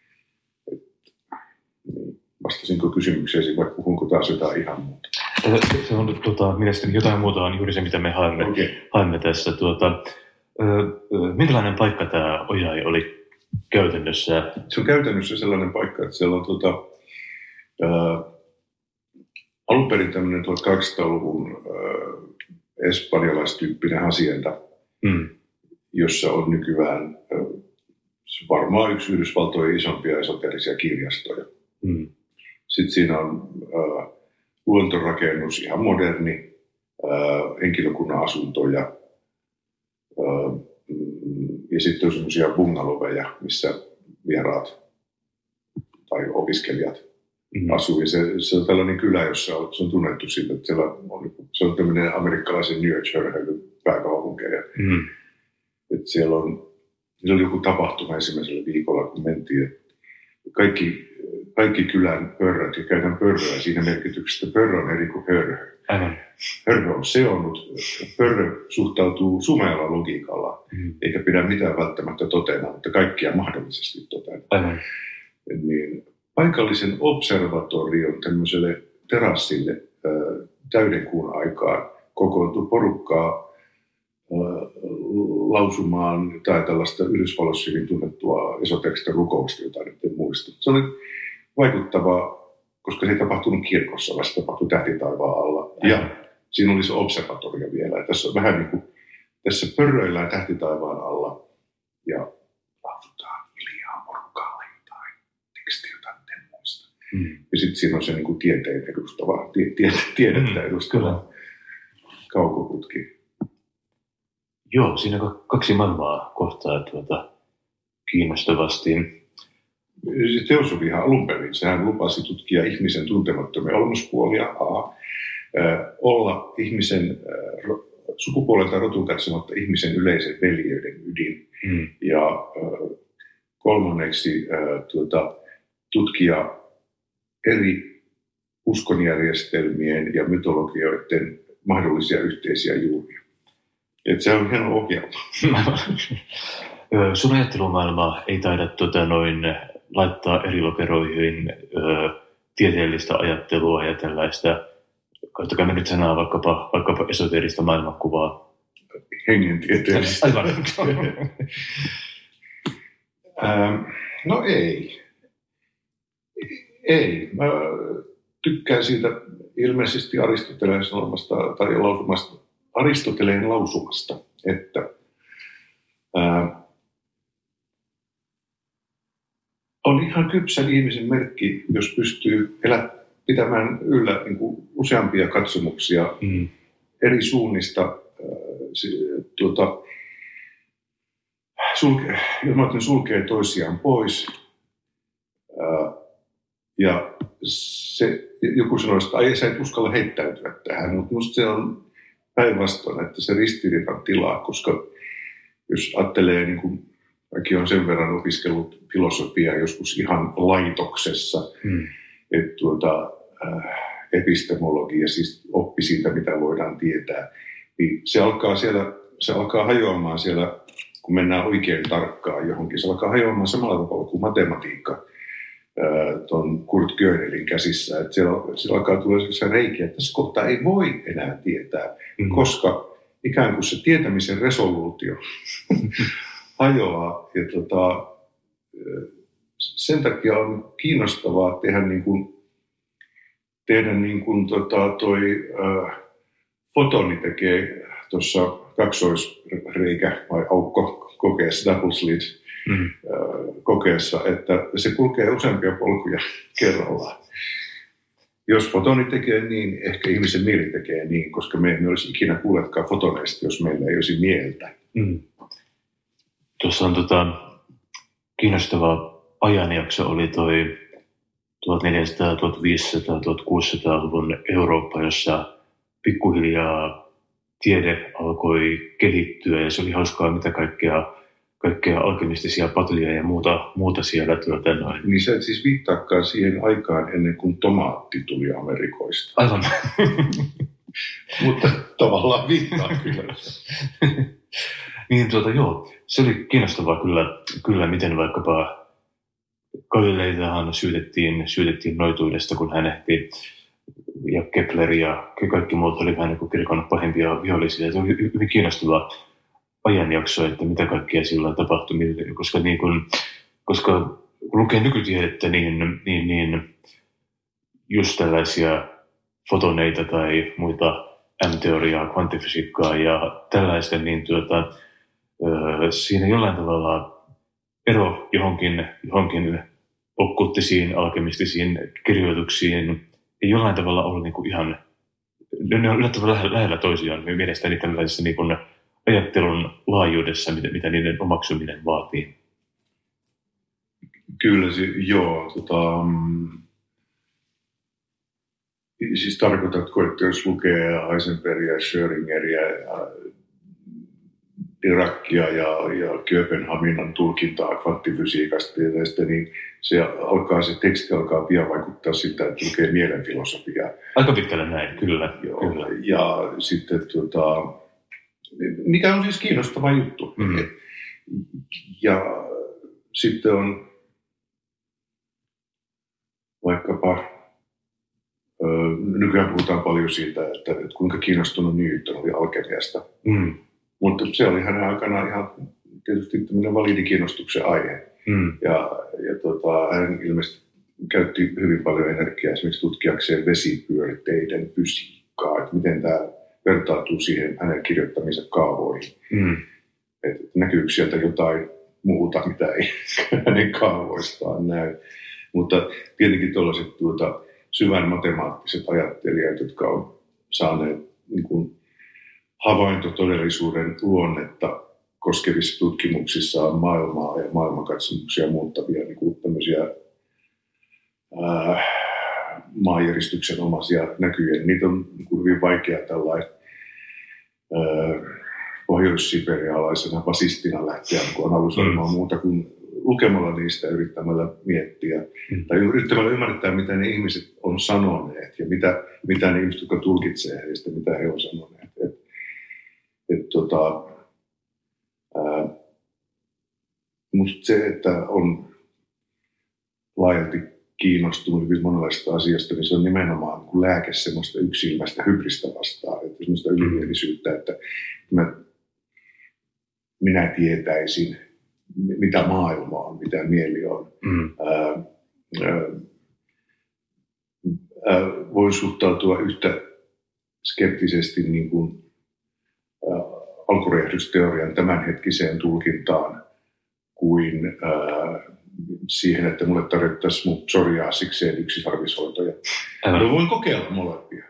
vastasinko kysymykseesi vai puhunko taas jotain ihan muuta? Se on mielestäni jotain muuta on juuri se, mitä me haemme tässä. Minkälainen paikka tämä Ojai oli käytännössä? Se on käytännössä sellainen paikka, että siellä on alun perin tämmöinen 1800-luvun espanjalaistyyppinen hacienda, jossa on nykyään varmaan yksi Yhdysvaltojen isompia esoterisia kirjastoja. Sitten siinä on luontorakennus, ihan moderni, henkilökunnan asuntoja ja sitten on semmoisia bungaloweja, missä vieraat tai opiskelijat asuu. Se on tällainen kylä, jossa se on tunnettu siitä, että se on tämmöinen amerikkalaisen New York pääkaupunkeja. Että siellä oli joku tapahtuma ensimmäisellä viikolla, kun mentiin, että kaikki kylän pörrät, ja käytän pörröä siinä merkityksestä, pörrö on eri kuin hörhö. Hörhö on seonnut, pörrö suhtautuu sumealla logiikalla, eikä pidä mitään välttämättä totena, mutta kaikkia mahdollisesti totena. Niin paikallisen observatorion tämmöiselle terassille täyden kuun aikaan kokoontui porukkaa lausumaan tai tällaista Yhdysvalloissa hyvin tunnettua esoterista rukousta, jota nyt en muista. Se oli vaikuttava koska se ei tapahtunut kirkossa, vaan se tapahtui tähtitaivaan alla. Ja siinä oli se observatorio vielä. Ja tässä on vähän niin kuin, tässä pörröillään tähtitaivaan alla ja lausutaan hiljaa morkkaalle jotain tekstiä, jotain muista. Ja sitten siinä on se niin kuin tieteen edustava, tiedettä edustava kaukoputki. Joo, siinä kaksi maailmaa kohtaa kiinnostavasti. Se teosofiahan alun perin, sehän lupasi tutkia ihmisen tuntemattomia olemuspuolia, olla ihmisen sukupuolen tai rotun katsomatta ihmisen yleisen veljeyden ydin. Ja kolmanneksi tutkia eri uskonjärjestelmien ja mytologioiden mahdollisia yhteisiä juuria. Että se on hieno ohjelma. Sun ajattelumaailma ei taida laittaa eri lokeroihin tieteellistä ajattelua ja tällaista, käyttäkää me nyt sanaa vaikkapa esoteerista maailmankuvaa. Hengentieteellistä. Aivan. No ei. Ei. Mä tykkään siitä ilmeisesti Aristoteleen lausumasta, että on ihan kypsän ihmisen merkki, jos pystyy pitämään yllä niin kuin useampia katsomuksia eri suunnista, sulkee toisiaan pois. Ja joku sanoi, että sä et uskalla heittäytyä tähän, mutta musta se on päinvastoin, että se ristiriidan tilaa, koska jos ajattelee, niin kuin mäkin olen sen verran opiskellut filosofiaa joskus ihan laitoksessa, että epistemologia, siis oppi siitä, mitä voidaan tietää, niin se alkaa hajoamaan siellä, kun mennään oikein tarkkaan johonkin, se alkaa hajoamaan samalla tavalla kuin matematiikka tuon Kurt Gödelin käsissä, että siellä alkaa tulla se reikiä, että tässä kohtaa ei voi enää tietää, koska ikään kuin se tietämisen resoluutio hajoaa. Ja sen takia on kiinnostavaa tehdä fotoni tekee tuossa kaksoisreikä vai aukko kokeessa, double slit kokeessa, että se kulkee useampia polkuja kerrallaan. Jos fotoni tekee niin, ehkä ihmisen mieli tekee niin, koska me emme olisi ikinä kuulleetkaan fotoneista, jos meillä ei olisi mieltä. Tuossa on kiinnostava ajanjakso oli toi 1400, 1500, 1600-luvun Eurooppa, jossa pikkuhiljaa tiede alkoi kehittyä ja se oli hauskaa, mitä kaikkea alkemistisia patlia ja muuta siellä. Niin sä et siis viittaakaan siihen aikaan ennen kuin tomaatti tuli Amerikoista. Aivan. Mutta tavallaan viittaa kyllä. Niin joo, se oli kiinnostavaa kyllä miten vaikkapa Galileitahan syytettiin noituudesta, kun hän ehti, ja Kepler ja kaikki muut oli vähän niin kuin kirkon pahimpia vihollisia. Se oli hyvin kiinnostava ajanjakso, että mitä kaikkea silloin tapahtui, koska kun lukee nykytiedettä, niin just tällaisia fotoneita tai muita M-teoriaa, kvanttifysiikkaa ja tällaista, niin siinä jollain tavalla ero johonkin okkulttisiin, alkemistisiin kirjoituksiin ei jollain tavalla ollut niin kuin ihan, ne on yllättävän lähellä toisiaan mielestäni tällaisessa niin kuin ajattelun laajuudessa, mitä niiden omaksuminen vaatii. Kyllä, joo. Siis tarkoitatko, että jos lukee Heisenbergia, Schrödingeria, Diracia ja Kööpenhaminan tulkintaa kvanttifysiikasta, niin se teksti alkaa pian vaikuttaa siltä, että lukee mielenfilosofiaa. Aika pitkälle näin, kyllä. Joo, kyllä. Ja sitten mikä on siis kiinnostava juttu. Ja sitten on vaikkapa, nykyään puhutaan paljon siitä, että kuinka kiinnostunut Newton oli alkemiasta. Mutta se oli hänen aikanaan ihan tietysti tämmöinen validi kiinnostuksen aihe. Ja hän ilmeisesti käytti hyvin paljon energiaa esimerkiksi tutkiakseen vesipyörteiden fysiikkaa, että miten tämä vertautuu siihen hänen kirjoittamiinsa kaavoihin. Että näkyykö sieltä jotain muuta, mitä ei hänen kaavoistaan näy. Mutta tietenkin tuollaiset syvän matemaattiset ajattelijat, jotka on saaneet niin kuin havaintotodellisuuden luonnetta koskevissa tutkimuksissaan maailmaa ja maailmankatsomuksia muuttavia niin kuin tämmöisiä maanjäristyksen omaisia näkyjä. Niitä on niin kuin hyvin vaikea tällainen pohjois-siperialaisena basistina lähteä niin analysoimaan muuta kuin lukemalla niistä yrittämällä miettiä tai yrittämällä ymmärtää, mitä ne ihmiset on sanoneet ja mitä ne ihmiset, jotka tulkitsee heistä, mitä he on sanoneet. Mutta se, että on laajalti kiinnostunut hyvin monenlaista asiasta, niin se on nimenomaan lääke semmoista yksilmäistä hybristä vastaan, että semmoista ylimielisyyttä, että minä tietäisin, mitä maailma on, mitä mieli on. Voi suhtautua yhtä skeptisesti niin kuin alkuräjähdysteorian tämänhetkiseen tulkintaan kuin siihen, että mulle tarjottaisiin mun psoriaasikseen yksisarvishoitoja. No voin kokeilla molempia.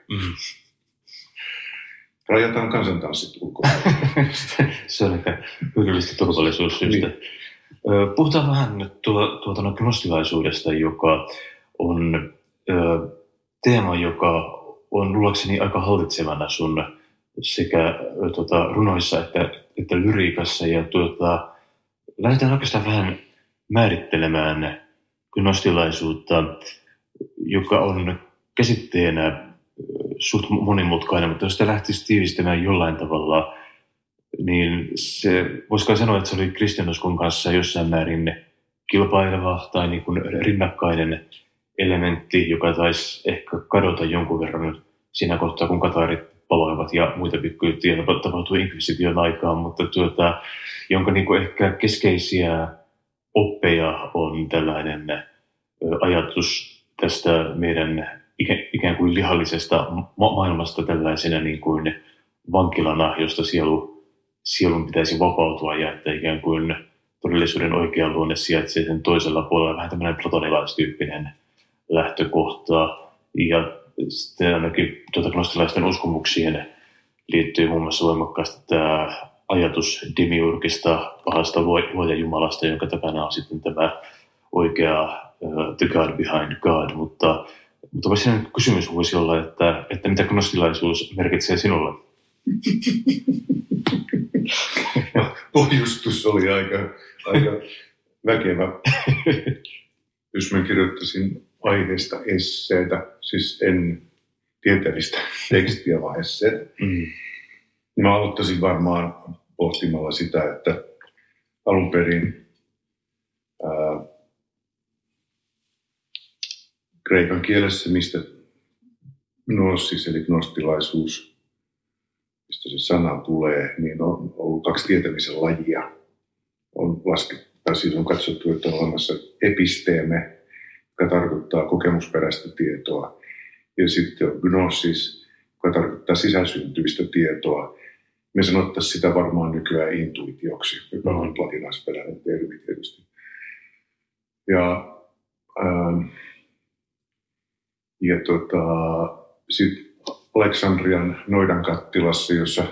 Rajataan kansantanssit ulkoa. Se on ehkä hyödyllistä turvallisuussyistä. Niin. Puhutaan vähän nyt gnostilaisuudesta, joka on teema, joka on luulakseni aika hallitsevana sun sekä runoissa että lyriikassa. Ja lähdetään oikeastaan vähän määrittelemään gnostilaisuutta, joka on käsitteenä suht monimutkainen, mutta jos sitä lähtisi tiivistämään jollain tavalla, niin se voisiko sanoa, että se oli kristinuskon kanssa jossain määrin kilpaileva tai niin kuin rinnakkainen elementti, joka taisi ehkä kadota jonkun verran siinä kohtaa, kun kataarit paloivat ja muita pikkujuttuja tapahtui inkvisition aikaan, mutta jonka niin kuin ehkä keskeisiä oppeja on tällainen ajatus tästä meidän ikään kuin lihallisesta maailmasta tällaisena niin kuin vankilana, josta sielun pitäisi vapautua ja että ikään kuin todellisuuden oikea luonne sijaitsee sen toisella puolella. Vähän tämmöinen platonilaistyyppinen lähtökohta. Ja sitten ainakin gnostilaisten uskomuksiin liittyy muun muassa voimakkaasti tämä ajatus demiurgista, pahasta luojajumalasta, jonka takana on sitten tämä oikea the God behind God. Mutta kysymys voisi olla, että mitä gnostilaisuus merkitsee sinulle? Pohjustus oli aika väkevä. Jos mä kirjoittaisin aiheesta esseitä, siis en tieteellistä tekstiä, vaan esseitä, niin mä aloittaisin varmaan pohtimalla sitä, että alun perin kreikan kielessä, mistä gnosis eli gnostilaisuus, mistä se sana tulee, niin on ollut kaksi tietämisen lajia. Siis on katsottu, että on olemassa episteeme, joka tarkoittaa kokemusperäistä tietoa, ja sitten on gnosis, joka tarkoittaa sisäsyntyistä tietoa. Me sanottaisiin sitä varmaan nykyään intuitioksi, joka on latinalaisperäinen termi tietysti. Ja sitten Aleksandrian noidan kattilassa, jossa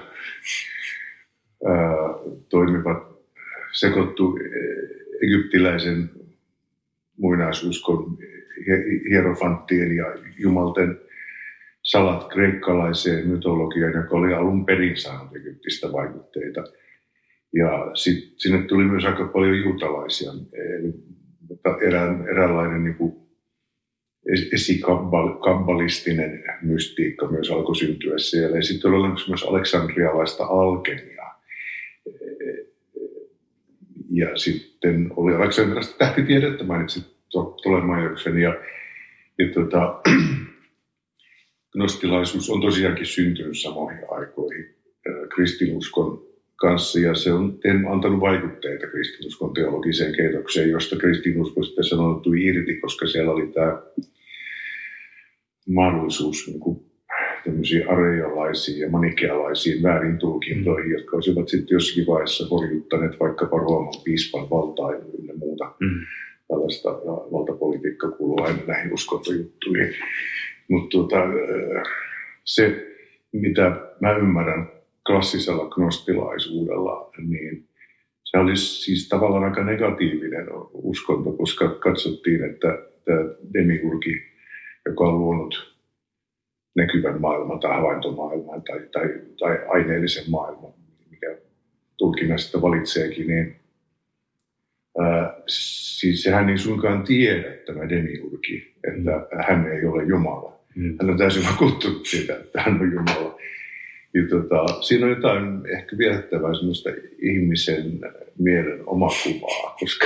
toimivat sekoittu egyptiläisen muinaisuuskon hierofanttien ja jumalten salat kreikkalaiseen mytologiaan, joka oli alun perin saanut Egyptistä vaikutteita. Ja sinne tuli myös aika paljon juutalaisia, eräänlainen niin kuin esikabbalistinen mystiikka myös alkoi syntyä siellä. Ja sitten oli myös aleksandrialaista alkemiaa. Ja sitten oli Aleksandriasta tähtitiedettä, mainitsit Ptolemaioksen. Ja gnostilaisuus on tosiaankin syntynyt samoihin aikoihin kristinuskon kanssa, ja se on antanut vaikutteita kristinuskon teologiseen keitokseen, josta kristinusko sitten sanoutui irti, koska siellä oli tämä mahdollisuus niin kuin tämmöisiin areialaisiin ja manikealaisiin väärintulkintoihin, jotka olisivat sitten jossakin vaiheessa horjuttaneet vaikkapa Rooman piispan valtaa ja muuta. Tällaista valtapolitiikka kuuluu aina näihin uskontojuttuihin. Mutta se, mitä mä ymmärrän klassisella gnostilaisuudella, niin se oli siis tavallaan aika negatiivinen uskonto, koska katsottiin, että tämä demiurgi, joka on luonut näkyvän maailman tai havaintomaailman tai aineellisen maailman, mikä tulkinnasta valitseekin, niin siis sehän ei suinkaan tiedä tämä demiurgi, että hän ei ole Jumala. Hän on täysin vakuuttunut siitä, että hän on Jumala. Ja siinä on jotain ehkä viehättävää semmoista ihmisen mielen omakuvaa, koska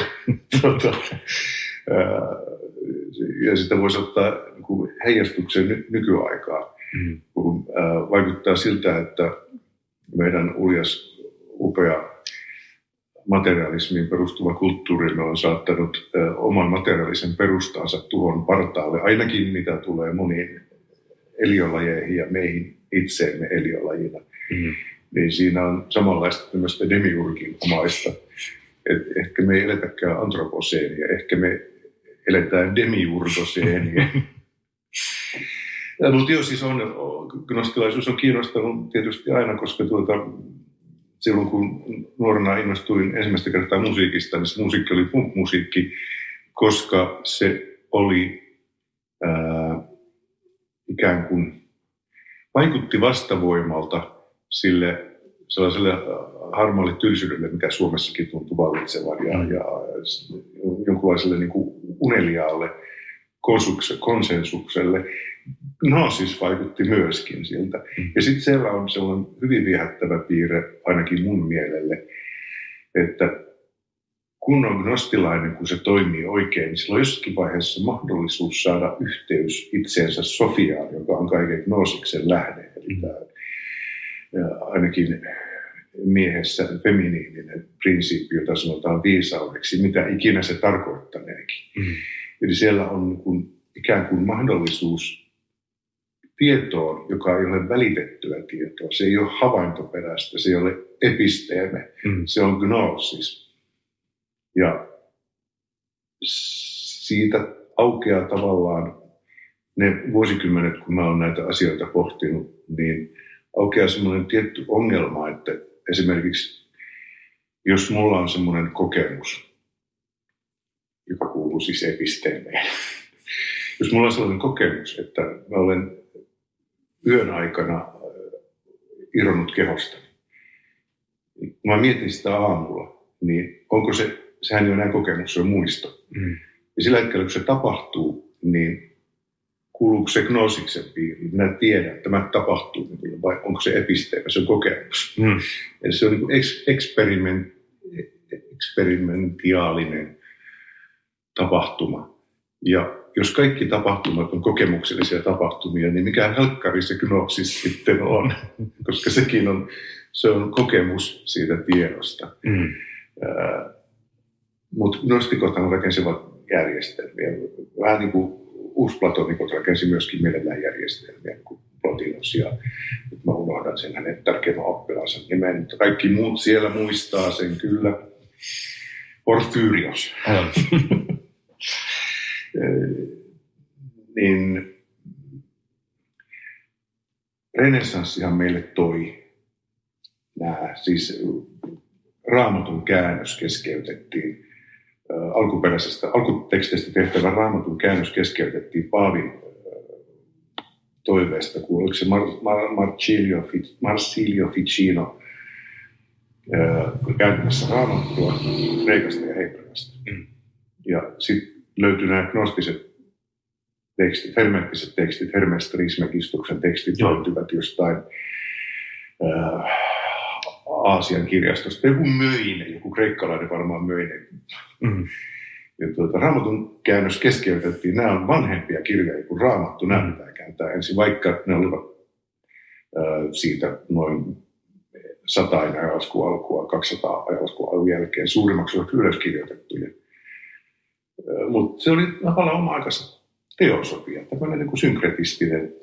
ja sitä voisi ottaa niin heijastuksen nykyaikaan, kun vaikuttaa siltä, että meidän uljas, upea materialismiin perustuva kulttuurimme on saattanut oman materiaalisen perustansa tuhon partaalle, ainakin mitä tulee moniin eliölajeihin ja meihin itseemme eliölajina. Niin siinä on samanlaista tämmöistä demiurgin omaista. Ehkä me ei eletäkään antroposeenia, ehkä me eletään demiurgoseenia. Mutta joo, siis gnostilaisuus on kiinnostanut tietysti aina, koska silloin kun nuorena innostuin ensimmäistä kertaa musiikista, niin se musiikki oli punk-musiikki, koska se oli ikään kuin vaikutti vastavoimalta sille sellaiselle harmaalle tylsyydelle, mikä Suomessakin tuntui vallitsevan, ja jonkunlaiselle niin kuin uneliaalle konsensukselle. No siis vaikutti myöskin siltä. Ja sitten siellä on sellainen hyvin viehättävä piirre, ainakin mun mielelle, että kun on gnostilainen, kun se toimii oikein, niin sillä on jossakin vaiheessa mahdollisuus saada yhteys itseensä Sofiaan, joka on kaiken gnoosiksen lähde. Eli tämä, ainakin miehessä feminiininen prinsiippi, jota sanotaan viisaudeksi, mitä ikinä se tarkoittaneekin. Eli siellä on ikään kuin mahdollisuus tietoon, joka ei ole välitettyä tietoa. Se ei ole havaintoperäistä, se ei ole episteeme, se on gnoosis. Ja siitä aukeaa tavallaan ne vuosikymmenet, kun mä oon näitä asioita pohtinut, niin aukeaa semmoinen tietty ongelma, että esimerkiksi jos mulla on semmoinen kokemus, joka kuuluu siis episteemeen, jos mulla on sellainen kokemus, että mä olen yön aikana irronnut kehosta, kun mä mietin sitä aamulla, niin onko sehän ei ole enää kokemus, se on muisto. Ja sillä hetkellä, kun se tapahtuu, niin kuuluuko se gnoosiksen piiriin? Minä tiedän, että tämä tapahtuu, vai onko se episteemä, se on kokemus. Eli se on niin kuin eksperimentiaalinen tapahtuma. Ja jos kaikki tapahtumat on kokemuksellisia tapahtumia, niin mikä helkkari se gnoosis sitten on? Koska se on kokemus siitä tiedosta. Mutta gnostikothan rakensivat järjestelmiä. Vähän niin kuin uusplatonikot rakensi myöskin mielellään järjestelmiä, niin kuin Plotinos. Ja nyt mä unohdan sen hänen tärkeimmän oppilaansa nimen, mutta kaikki muut siellä muistaa sen kyllä. Porfyrios. Niin renessanssihan meille toi nämä, siis Raamatun käännös keskeytettiin, alkuteksteistä tehtävä Raamatun käännös keskeytettiin Paavin toiveesta, kun oliko se Marsilio Ficino kääntämässä Raamattua kreikasta ja hebreasta. Ja sitten löytyi nämä gnostiset tekstit, hermeettiset tekstit, Hermes Trismegistuksen tekstit löytyvät jostain Aasian kirjastosta. Joku kreikkalainen varmaan möine. Ja Raamatun käännös keskeytettiin. Nämä on vanhempia kirjoja kuin Raamattu. Nämä pitää kääntää ensin, vaikka ne olivat siitä noin 100 ajalaskuun alkua, 200 ajalaskuun alun jälkeen. Suurimmaksi olivat ylöskirjoitettuja. Mutta se oli tavallaan oma-aikansa teosofia, tämmöinen niin kuin synkretistinen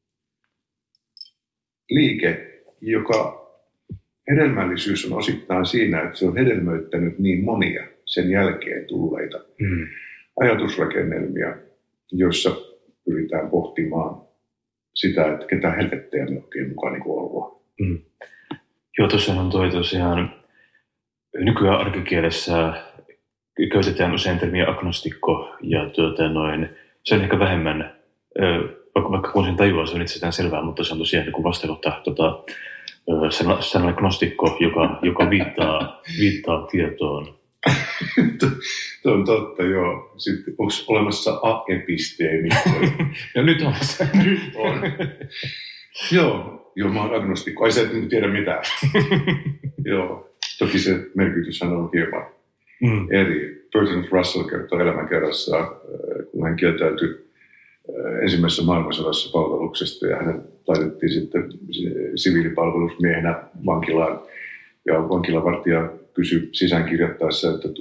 liike, joka hedelmällisyys on osittain siinä, että se on hedelmöittänyt niin monia sen jälkeen tulleita ajatusrakennelmia, joissa pyritään pohtimaan sitä, että ketä helvettiä me oikein mukaan niin olla. Joo, tuossa on tosiaan nykyään arkikielessä käytetään usein termiä agnostikko ja se on ehkä vähemmän, vaikka kun sen tajuaa, se on itsestään selvää, mutta se on tosiaan niin vastakohta sana agnostikko, joka viittaa tietoon. Se on totta, joo. Sitten onko olemassa aepisteemikkoja? No nyt on se. Nyt on. Joo, mä oon agnostikko. Ai sä et tiedä mitään. Joo, toki se merkityshän on hieman eri. Bertrand Russell kertoo elämänkerrassaan, kun hän kieltäytyi ensimmäisessä maailmansodassa palveluksesta ja hänet laitettiin sitten siviilipalvelusmiehenä vankilaan. Ja vankilavartija kysyi sisäänkirjoittaessa, että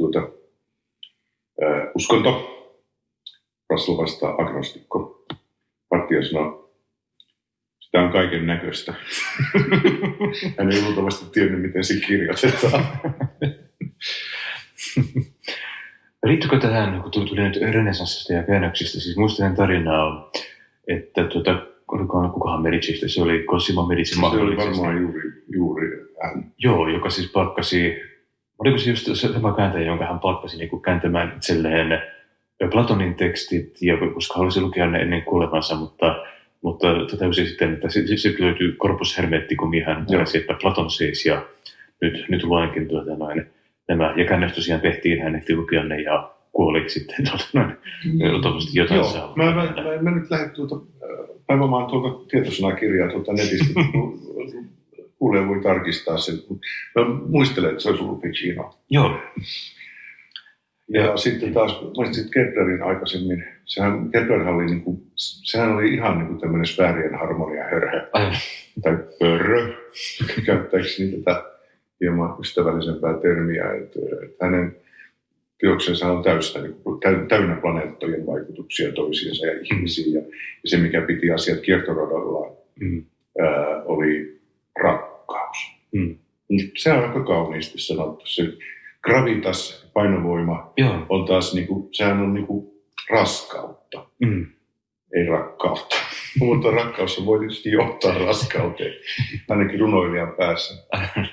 uskonto. Russell vastaa agnostikko. Vartija sanoi, sitä on kaiken näköistä. Hän ei luultavasti tiennyt, miten se kirjoitetaan. Liittyykö tähän, kun tuli nyt renessanssista ja käännöksistä, siis muistelen tarinaa, että kukahan Medicistä, se oli Cosimo Medici mahdollisesti. Se oli varmaan juuri hän. Joo, joka siis palkkasi, oliko se just sama kääntäjä, jonka hän palkkasi niin kääntämään itselleen Platonin tekstit, ja koska halusi lukea ne ennen kuolemansa, mutta täysin sitten, että se löytyy Corpus Hermeticum ihan että Platon siis, ja nyt luenkin nämä, ja käännös tosiaan tehtiin, hän ehti lukea ne ja kuoli sitten toivottavasti jotain joo, saa. Mä nyt lähden päivämaan tuolta tietosanakirjaa netistä, kuulee voi tarkistaa sen. Mä muistelen, että se olisi ollut Ficino. Joo. Ja sitten taas, mainitsit Keplerin aikaisemmin, Keplerhän oli, sehän oli ihan niin kuin tämmöinen sfäärien harmonia hörhö. Tai pörrö, käyttääkseni tätä hieman ystävällisempää termiä, että hänen teoksensa on täynnä planeettojen vaikutuksia toisiinsa ja ihmisiin, ja se, mikä piti asiat kiertoradallaan, oli rakkaus. Se on aika kauniisti sanottu. Se gravitas, painovoima, on taas, sehän on raskautta, ei rakkautta. Mutta rakkaus voi tietysti johtaa raskauteen, ainakin runoilijan päässä.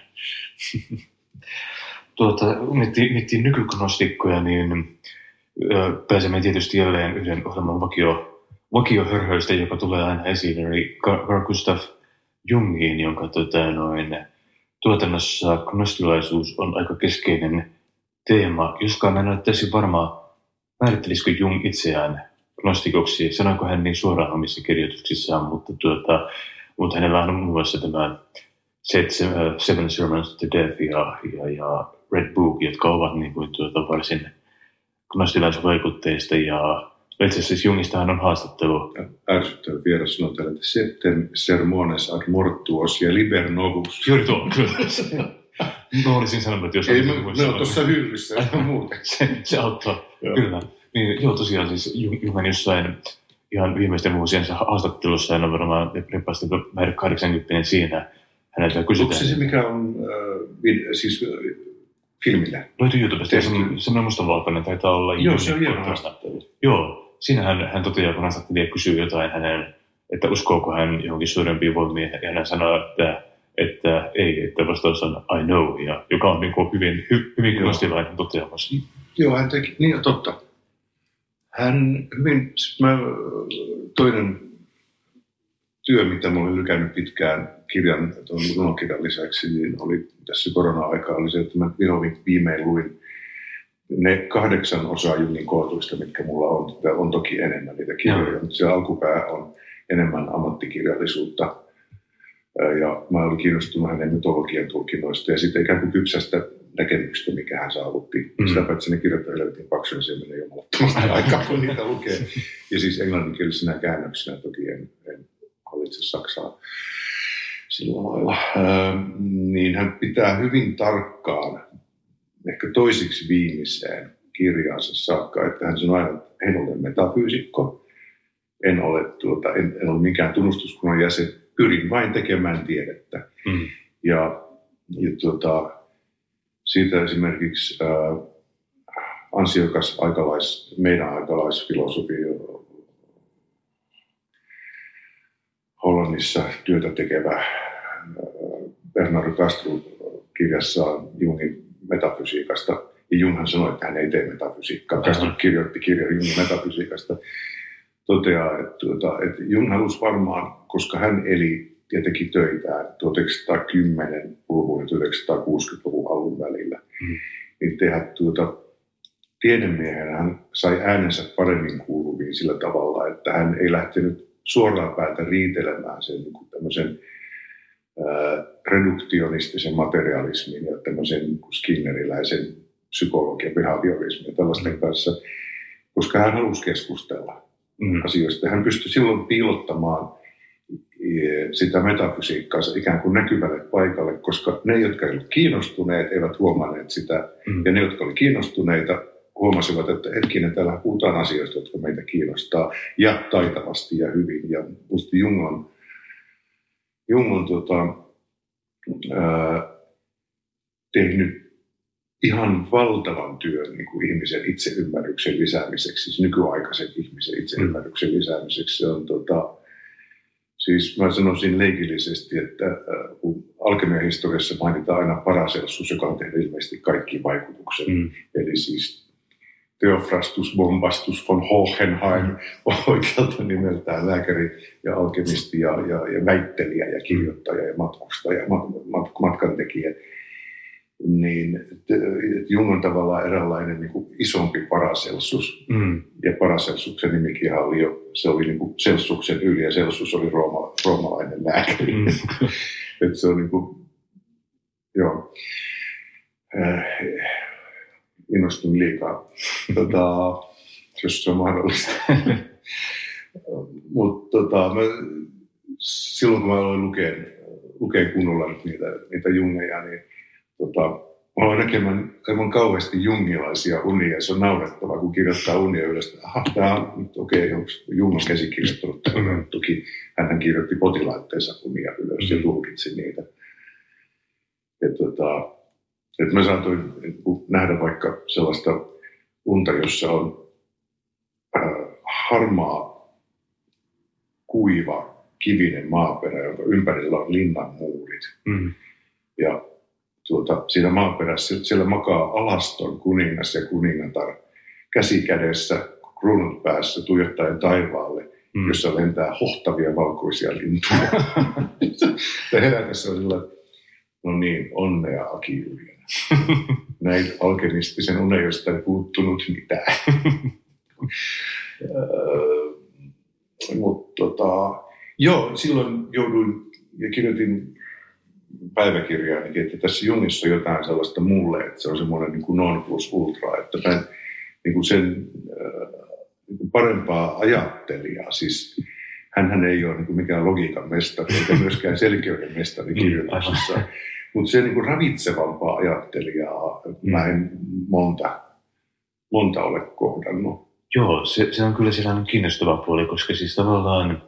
Miettii nykygnostikkoja, niin pääsemme tietysti jälleen yhden ohjelman vakiohörhöistä, joka tulee aina esiin, eli Carl Gustav Jungiin, jonka tuotannossa gnostilaisuus on aika keskeinen teema. Joskaan mä en ole täysin varma, määrittelisikö Jung itseään gnostikoksi, sanoiko hän niin suoraan omissa kirjoituksissaan, mutta hänellä on muun muassa tämä Seven Sermons to Death ja Red Book, jotka ovat niin kuin varsin gnostilaisvaikutteista. Ja itse asiassa Jungistahan on haastattelu. Ärsyttävä vieras sanoo täällä, että Septem Sermones ad Mortuos ja Liber Novus. Juuri tuo, kyllä. Mä olisin sanonut, että jos... Ne on tuossa hyllyssä ja muuten. Se auttaa, kyllä. Niin, joo, tosiaan siis Jungen jossain ihan viimeisten vuosiensa haastattelussa, en ole varmaan reippaasti 80 siinä. Häneltä kysytään. Onko se mikä on siis filmillä? Löytyy YouTubesta. Semmoinen mustavalkoinen taitaa olla. Joo, se on hieno haastattelu. Joo, siinä hän toteaa, kun haastattelija kysyy jotain hänen, että uskooko hän johonkin suurempiin voimiin, ja hän sanoo, että ei, että vastaus on I know, ja joka on niin kuin hyvin gnostilainen toteamus. Joo, hän teki, niin totta. Hän hyvin, toinen työ, mitä mä olin lykännyt pitkään runokirjan lisäksi, niin oli tässä korona-aikaa, oli se, että mä viimein luin ne 8 osaa Jungin kootuista, mitkä mulla on toki enemmän niitä kirjoja, mutta se alkupää on enemmän ammattikirjallisuutta. Ja mä olin kiinnostunut hänen mytologian tulkinnoista ja sitten ikään kuin kypsästä näkemyksestä, mikä hän saavutti. Sitä paitsi ne kirjat helvetin paksuja, se menee jumalattomasti aikaa, kun niitä lukee. Ja siis englanninkielisenä käännöksenä toki en hallitse saksaa sillä lailla, niin hän pitää hyvin tarkkaan, ehkä toisiksi viimeiseen kirjaansa saakka, että hän sanoi aina, että en ole metafyysikko, en ole mikään tunnustuskunnan jäsen, pyrin vain tekemään tiedettä. Ja siitä esimerkiksi ansiokas meidän aikalaisfilosofi Hollannissa työtä tekevä Bernard Castro kirjassaan Jungin metafysiikasta. Ja Junghan sanoi, että hän ei tee metafysiikkaa. Castro kirjoitti kirjan Jungin metafysiikasta. Toteaa, että Jung halusi varmaan, koska hän eli ja teki töitään 1910-luvun ja 1960-luvun alun välillä, niin tehdä tiedemiehenä hän sai äänensä paremmin kuuluviin sillä tavalla, että hän ei lähtenyt suoraan päätä riitelemään sen niin tämmöisen reduktionistisen materialismin ja tämmöisen niin skinneriläisen psykologian, behaviorismin ja tällaisten kanssa, koska hän halusi keskustella asioista. Hän pystyi silloin piilottamaan sitä metafysiikkaa ikään kuin näkyvälle paikalle, koska ne, jotka eivät kiinnostuneet, eivät huomanneet sitä, ja ne, jotka olivat kiinnostuneita, huomasivat, että hetkinen, täällä puhutaan asioista, jotka meitä kiinnostaa, ja taitavasti ja hyvin. Ja musta Jung on tehnyt ihan valtavan työn niin kuin ihmisen itseymmärryksen lisäämiseksi, siis nykyaikaisen ihmisen itseymmärryksen lisäämiseksi. Se on siis mä sanoisin leikillisesti, että kun alkemian historiassa mainitaan aina Paracelsus, joka on tehnyt ilmeisesti kaikki vaikutukset. Eli siis Theophrastus Bombastus von Hohenheim, oikealta nimeltään lääkäri ja alkemisti ja väittelijä ja kirjoittaja ja matkustaja, matkantekijä. Niin Jung on tavallaan eräänlainen niin kuin isompi Paracelsus. Ja Paracelsuksen nimikin oli jo, se oli niin kuin Celsuksen yli, ja Celsus oli roomalainen lääkäri. Että se on niin kuin, joo, innostun liikaa, jos se on mahdollista. Mutta silloin kun mä aloin lukea kunnolla niitä Jungeja, niin mä aloin näkemään aivan kauheasti jungilaisia unia. Se on naurettavaa, kun kirjoittaa unia ylös. Tämä on okei, onko Jung on käsikirjoittanut tämän. Toki hän kirjoitti potilaitteensa unia ylös ja tulkitsi niitä. Että mä saatoin nähdä vaikka sellaista unta, jossa on harmaa, kuiva, kivinen maaperä, jonka ympärillä on linnan muurit. Ja siinä maaperässä siellä makaa alaston kuningas ja kuningatar käsi kädessä, kruunut päässä, tuijottaen taivaalle, jossa lentää hohtavia valkoisia lintuja. Herätessä on sillä, no niin, onnea Aki Ylinen. Näin alkemistisen unen, josta ei puuttunut mitään. Mutta joo, silloin jouduin ja kirjoitin päiväkirjaanikin, että tässä Jungissa on jotain sellaista mulle, että se on semmoinen niin kuin non plus ultra, että mä niin kuin sen niin kuin parempaa ajattelijaa, siis hänhän ei ole niin kuin mikään logiikan mestari, eikä myöskään selkeyden mestari kirjoituksessa, mutta se niin kuin ravitsevampaa ajattelijaa mä en monta ole kohdannut. Joo, se on kyllä sellainen kiinnostava puoli, koska siis tavallaan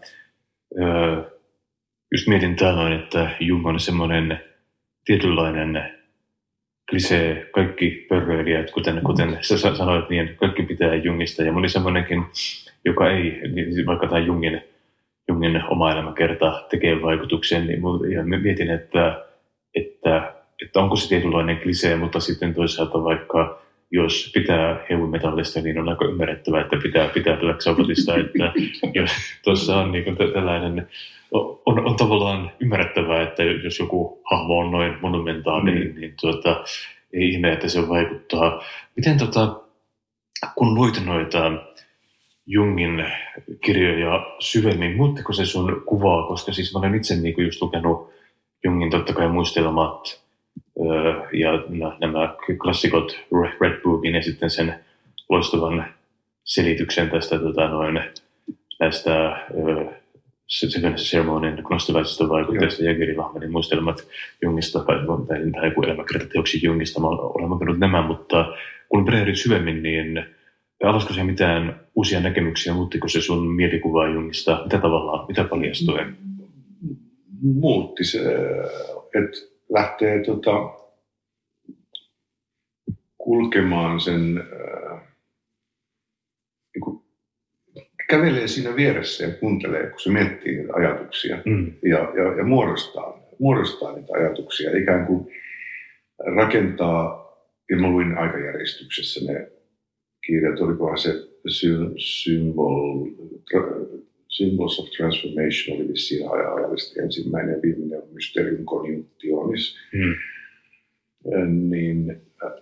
just mietin tällöin, että Jung on semmoinen tietynlainen klisee, kaikki pörröilijät, kuten sä sanoit, niin kaikki pitää Jungista. Ja moni semmoinenkin, joka ei, niin vaikka tämä Jungin oma elämäkerta tekee vaikutuksen, niin mietin, että onko se tietynlainen klisee, mutta sitten toisaalta vaikka jos pitää heavy metallista, niin on aika ymmärrettävää, että pitää Black Sabbathista, että jos tuossa on niin tällainen, on tavallaan ymmärrettävää, että jos joku hahmo on noin monumentaali, niin ei ihme, että se vaikuttaa. Miten kun luit noita Jungin kirjoja syvemmin, muuttiko se sun kuvaa, koska siis mä olen itse niin just lukenut Jungin totta kai muistelmat, ja nämä klassikot Red Bookin ja sitten sen loistavan selityksen tästä näistä Seventh Ceremonyn gnostilaisista vaikutteista ja Gary Lahmanin muistelmat Jungista tai joku elämäkertateoksi Jungista. Mä olen lukenut nämä, mutta kun perehdyt syvemmin, niin avasko se mitään uusia näkemyksiä? Muuttiko se sun mielikuvaa Jungista? Mitä tavallaan, mitä paljastui? Muutti se, että lähtee kulkemaan sen, niin kävelee siinä vieressä ja kuuntelee, kun se miettii niitä ajatuksia ja muodostaa niitä ajatuksia. Ikään kuin rakentaa, ja mä luin aikajärjestyksessä ne kirjat, olikohan se Symbols of Transformation oli vissiin ajallisesti ensimmäinen ja viimeinen Mysterium Conjunctionis. Niin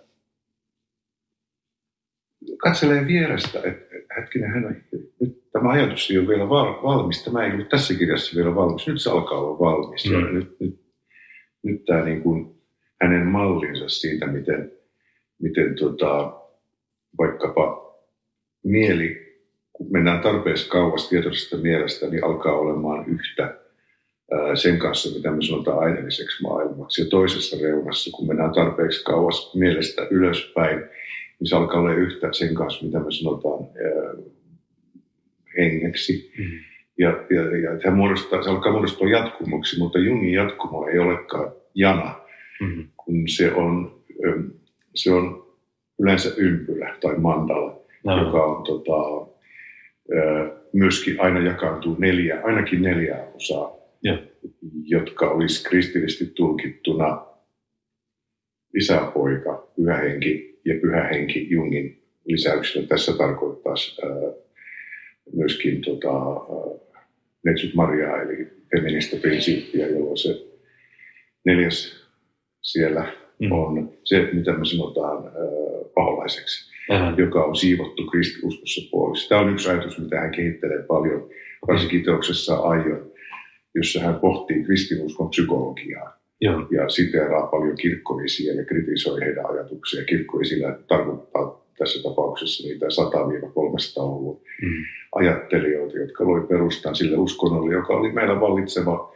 katselee vierestä, että hetkinen, nyt tämä ajatus ei ole vielä valmis, tämä ei ole tässä kirjassa vielä valmis, nyt se alkaa olla valmis. Ja nyt tämä niin kuin hänen mallinsa siitä, miten vaikkapa mieli, kun mennään tarpeeksi kauas tietoisesta mielestä, niin alkaa olemaan yhtä sen kanssa, mitä me sanotaan aineelliseksi maailmaksi. Ja toisessa reunassa, kun mennään tarpeeksi kauas mielestä ylöspäin, niin se alkaa olla yhtä sen kanssa, mitä me sanotaan hengeksi. Ja se alkaa muodostua jatkumoksi, mutta Jungin jatkumo ei olekaan jana, kun se on yleensä ympyrä tai mandala, joka on myöskin aina jakaantuu ainakin 4 osaa, jotka olisi kristillisesti tulkittuna isä, poika, pyhä henki ja pyhä henki Jungin lisäyksenä. Tässä tarkoittaisi myöskin Neitsut Mariaa, eli feministä prinsiippiä, jolloin se 4. siellä on se, mitä me sanotaan paholaiseksi, joka on siivottu kristiuskossa pois. Tämä on yksi ajatus, mitä hän kehittelee paljon, varsinkin teoksessa Aion, jossa hän pohtii kristinuskon psykologiaa. Ja siteeraa paljon kirkkoisia ja kritisoi heidän ajatuksia. Kirkkoisilla tarkoittaa tässä tapauksessa niitä 100-300-luvun ajattelijoita, jotka loi perustan sille uskonnolle, joka oli meillä vallitseva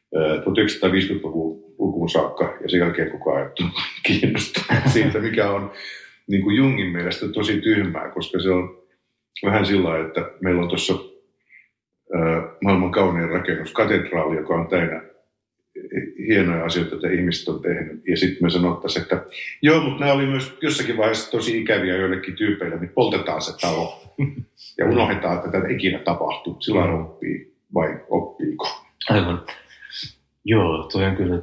1950-luvun saakka ja sen jälkeen kukaan ei kiinnostunut siitä, mikä on niin kuin Jungin mielestä tosi tyhmää, koska se on vähän sillä lailla, että meillä on tuossa maailman kaunein rakennus, katedraali, joka on täynnä hienoja asioita, joita ihmiset on tehnyt. Ja sitten me sanottaisiin, että joo, mutta nämä oli myös jossakin vaiheessa tosi ikäviä joillekin tyypeille, niin poltetaan se talo ja unohdetaan, että tätä ikinä tapahtuu. Silloin oppii vai oppiiko? Aivan. Joo, toi on kyllä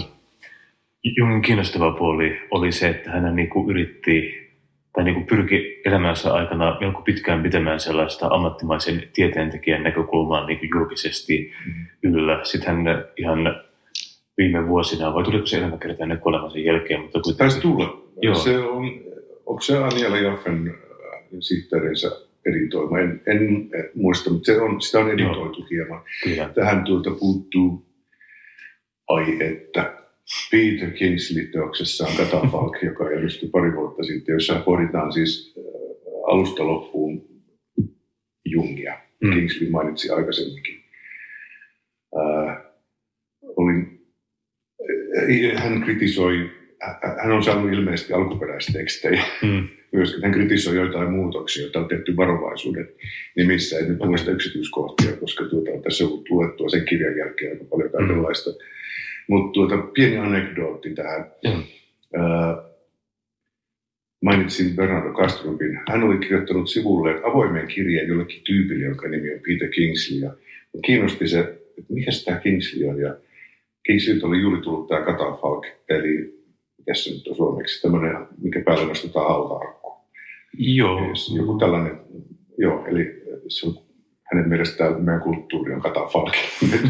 Jungin kiinnostava puoli oli se, että hän niinku yritti tai niinku pyrki elämänsä aikana melko pitkään pitämään sellaista ammattimaisen tieteentekijän näkökulmaa niinku julkisesti yllä. Sitten hän ihan viime vuosina, vai tuliko se elämäkerta ennen kuolemansa jälkeen? Mutta taisi tulla. Joo. Onko se Aniela Jaffen sihteerinsä editoima? En muista, mutta sitä on editoitu hieman. Kyllä. Tähän puuttuu että Peter Kingsley-teoksessaan Catafalque, joka ilmestyi pari vuotta sitten, jossa pohditaan siis alusta loppuun Jungia. Kingsley mainitsi aikaisemminkin. Hän kritisoi, hän on saanut ilmeisesti alkuperäistekstejä. Myöskin hän kritisoi joitain muutoksia, joita on tehty varovaisuuden nimissä. En nyt muista yksityiskohtia, koska tässä on luettua sen kirjan jälkeen aika paljon kaikenlaista. Mutta pieni anekdootti tähän. Mainitsin Bernardo Kastrupin. Hän oli kirjoittanut sivulle avoimen kirjeen jollekin tyypille, jonka nimi on Peter Kingsley. Ja kiinnosti se, että mikä tämä Kingsley on. Ja Kingsley oli juuri tullut tämä Catafalque, eli mikä se nyt on suomeksi, tämmöinen, mikä päälle nostetaan hauta-arkku. Joo. Joku tällainen, joo, eli se on, hänen mielestään meidän kulttuuri on Catafalque.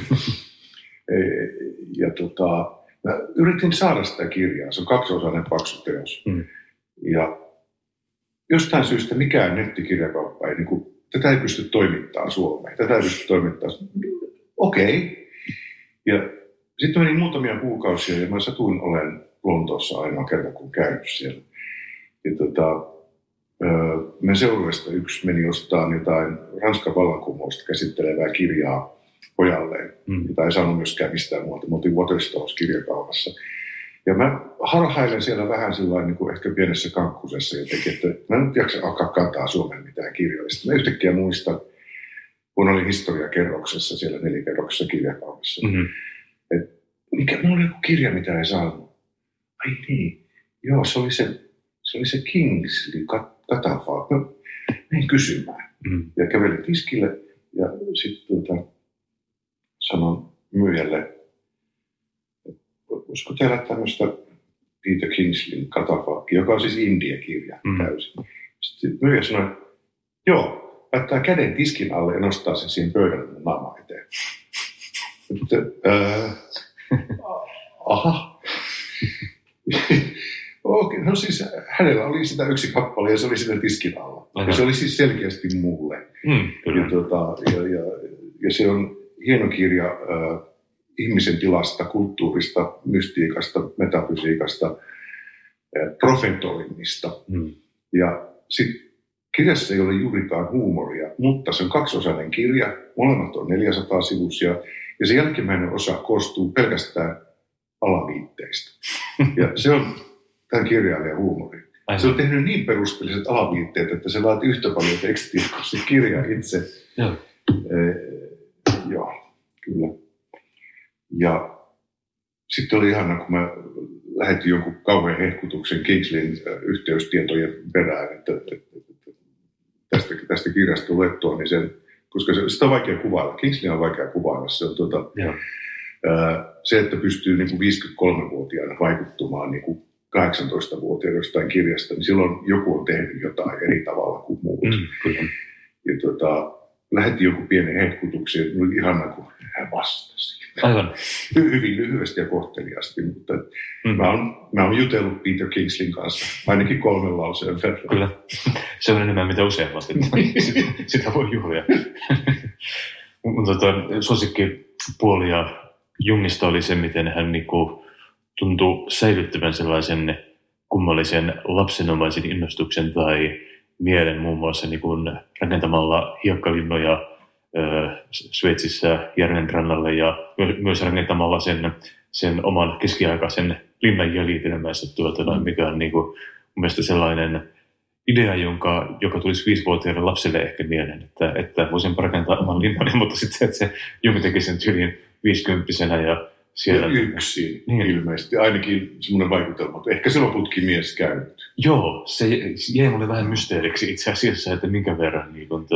Ja mä yritin saada sitä kirjaa, se on 2-osainen paksu teos. Ja jostain syystä mikään nettikirjakauppa ei, tätä ei pysty toimittamaan Suomeen. Tätä ei pysty toimittamaan. Okei. Ja sitten meni muutamia kuukausia ja mä satuin olen Lontoossa ainoa kerta, kun käynyt siellä. Ja me seuraavasta yksi meni ostamaan jotain Ranskan vallankumousta käsittelevää kirjaa pojalleen, jota ei saanut myöskään mistään muuta. Me oltiin Waterstones kirjakaupassa. Ja mä harhailen siellä vähän sellainen niin kuin ehkä pienessä kankkusessa jotenkin, että mä en nyt jaksa alkaa kantaa Suomen mitään kirjoja. Sitten mä yhtäkkiä muistan, kun olin historiakerroksessa siellä 4-kerroksessa kirjakaupassa. Että mulla oli joku kirja, mitä ei saanut. Ai niin, joo, se oli se Kingsley Catafalque. Mä menin kysymään ja kävelin tiskille ja sitten sanon myyjälle, että olisiko teillä tämmöistä Peter Kingsley Catafalque, joka on siis India-kirja täysin. Sitten myyjä sanoi, että joo, laittaa käden tiskin alle ja nostaa sen siihen pöydälle mun naama eteen. Aha. Okei, no siis hänellä oli sitä yksi kappale ja se oli siinä tiskin alla. Ja se oli siis selkeästi mulle. Ja se on hieno kirja ihmisen tilasta, kulttuurista, mystiikasta, metafysiikasta, profetoinnista. Ja sitten kirjassa ei ole juurikaan huumoria, mutta se on 2-osainen kirja. Molemmat on 400-sivuisia ja se jälkimmäinen osa koostuu pelkästään alaviitteistä. Ja se on tämän kirjailijan huumori. Se on tehnyt niin perusteelliset alaviitteet, että se laati yhtä paljon tekstiä kuin se kirja itse. Joo, kyllä. Ja sitten oli ihana, kun mä lähetin jonkun kauhean hehkutuksen Kingsleyn yhteystietojen perään, että tästä kirjasta luettua, niin sen, koska sitä on vaikea kuvailla. Kingsley on vaikea kuvailla. Se on se, että pystyy niin kuin 53-vuotiaana vaikuttumaan niin kuin 18-vuotiaana jostain kirjasta, niin silloin joku on tehnyt jotain eri tavalla kuin muut. Ja lähetin joku pienen hehkutuksen, että oli ihana, kun hän vastasi. Aivan. Hyvin lyhyesti ja kohteliaasti, mutta mä oon jutellut Peter Kingsleyn kanssa ainakin 3 lauseen verran. Kyllä. Se on enemmän mitä useammasti. Sitä voi juhlia. Suosikkipuolia Jungista oli se, miten hän tuntui säilyttävän sellaisen kummallisen lapsenomaisen innostuksen tai mielen muun muassa rakentamalla hiekkalinnoja Sveitsissä järven rannalle ja myös rakentamalla sen oman keskiaikaisen linnan jäljitelmänsä, mikä on mun mielestä sellainen idea, joka tulisi 5-vuotiaille lapsille ehkä mieleen, että voisin rakentaa oman linnani, mutta sitten että se Jung teki sen tyliin 50-vuotiaana ja siellä... Ja yksin ilmeisesti, ainakin semmoinen vaikutelma, että ehkä se loputkin mies käynyt. Joo, se jäi mulle vähän mysteeriksi itse asiassa, että minkä verran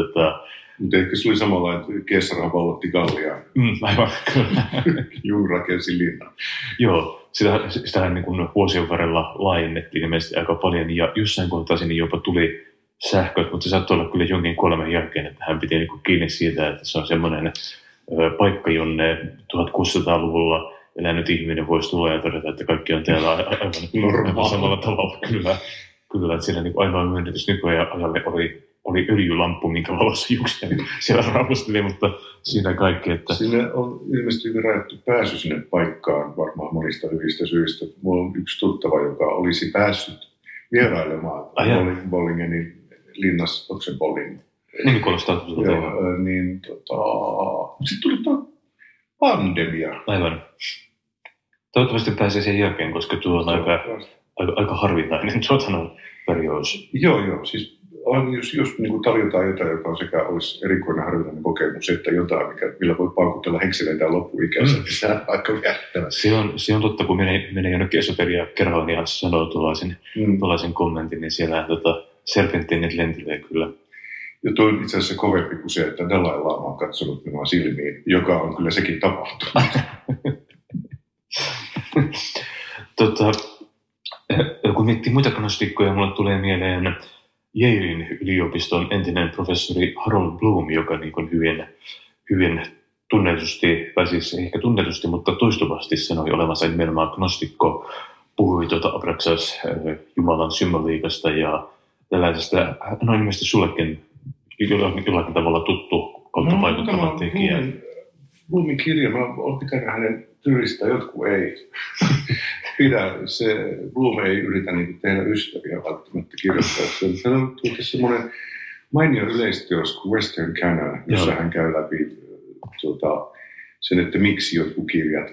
Mutta ehkä se oli samalla, että Kesara vallotti Galliaan. Aivan, kyllä. Jung rakensi linnan. Joo, sitähän vuosien varrella laajennettiin ilmeisesti aika paljon ja jossain kohtaa sinne jopa tuli sähköt, mutta se saattoi olla kyllä Jungin kuoleman jälkeen, että hän piti kiinni siitä, että se on semmoinen paikka, jonne 1600-luvulla elänyt ihminen voisi tulla ja todeta, että kaikki on täällä aivan samalla tavalla. Kyllä, että siellä ainoa myönnytys nykyajalle oli öljylamppu, minkä valossa Juksia siellä raapusteli, mutta siinä kaikki. Että... Sinne on ilmeisesti hyvin rajattu pääsy sinne paikkaan varmaan monista hyvistä syistä. Mulla on yksi tuttava, joka olisi päässyt vierailemaan Bollingenin linnassa, onko se Bolling? Niin kuulostaa tutulta. Niin sitten tuli tuo pandemia. Aivan. Toivottavasti pääsee sen jälkeen, koska tuo on aika harvinainen tarjous. Joo, siis on just niin kuin tarjotaan jotain, joka on sekä olisi erikoinen harvinainen kokemus, että jotain, millä voi paukutella henkseleitä loppuikänsä, niin se on aika viettävä. Se on totta, kun menee jonnekin esoteria-kerhoon ja sanoo tuollaisen kommentin, niin siellä serpenttiinit lentelee kyllä. Ja tuo on itse asiassa kovempi kuin se, että Dalai Lama on katsonut minua silmiin, joka on kyllä sekin tapahtunut. Kun miettii muita gnostikkoja, mulle tulee mieleen Yalein yliopiston entinen professori Harold Bloom, joka hyvin tunnetusti, tai siis ehkä tunnetusti, mutta toistuvasti sanoi olevansa nimenomaan gnostikko, puhui Abraxas Jumalan symboliikasta ja tällaisesta, no ilmeisesti sullekin jollakin tavalla tuttu kautta vaikuttava tekijä. Bloomin kirja, mä olen pitänyt hänen tyylistä, jotkut ei pidä. Bloom ei yritä tehdä ystäviä välttämättä kirjoittaa. Se on semmoinen mainio yleisteos kuin Western Canon, jossa hän käy läpi sen, että miksi jotkut kirjat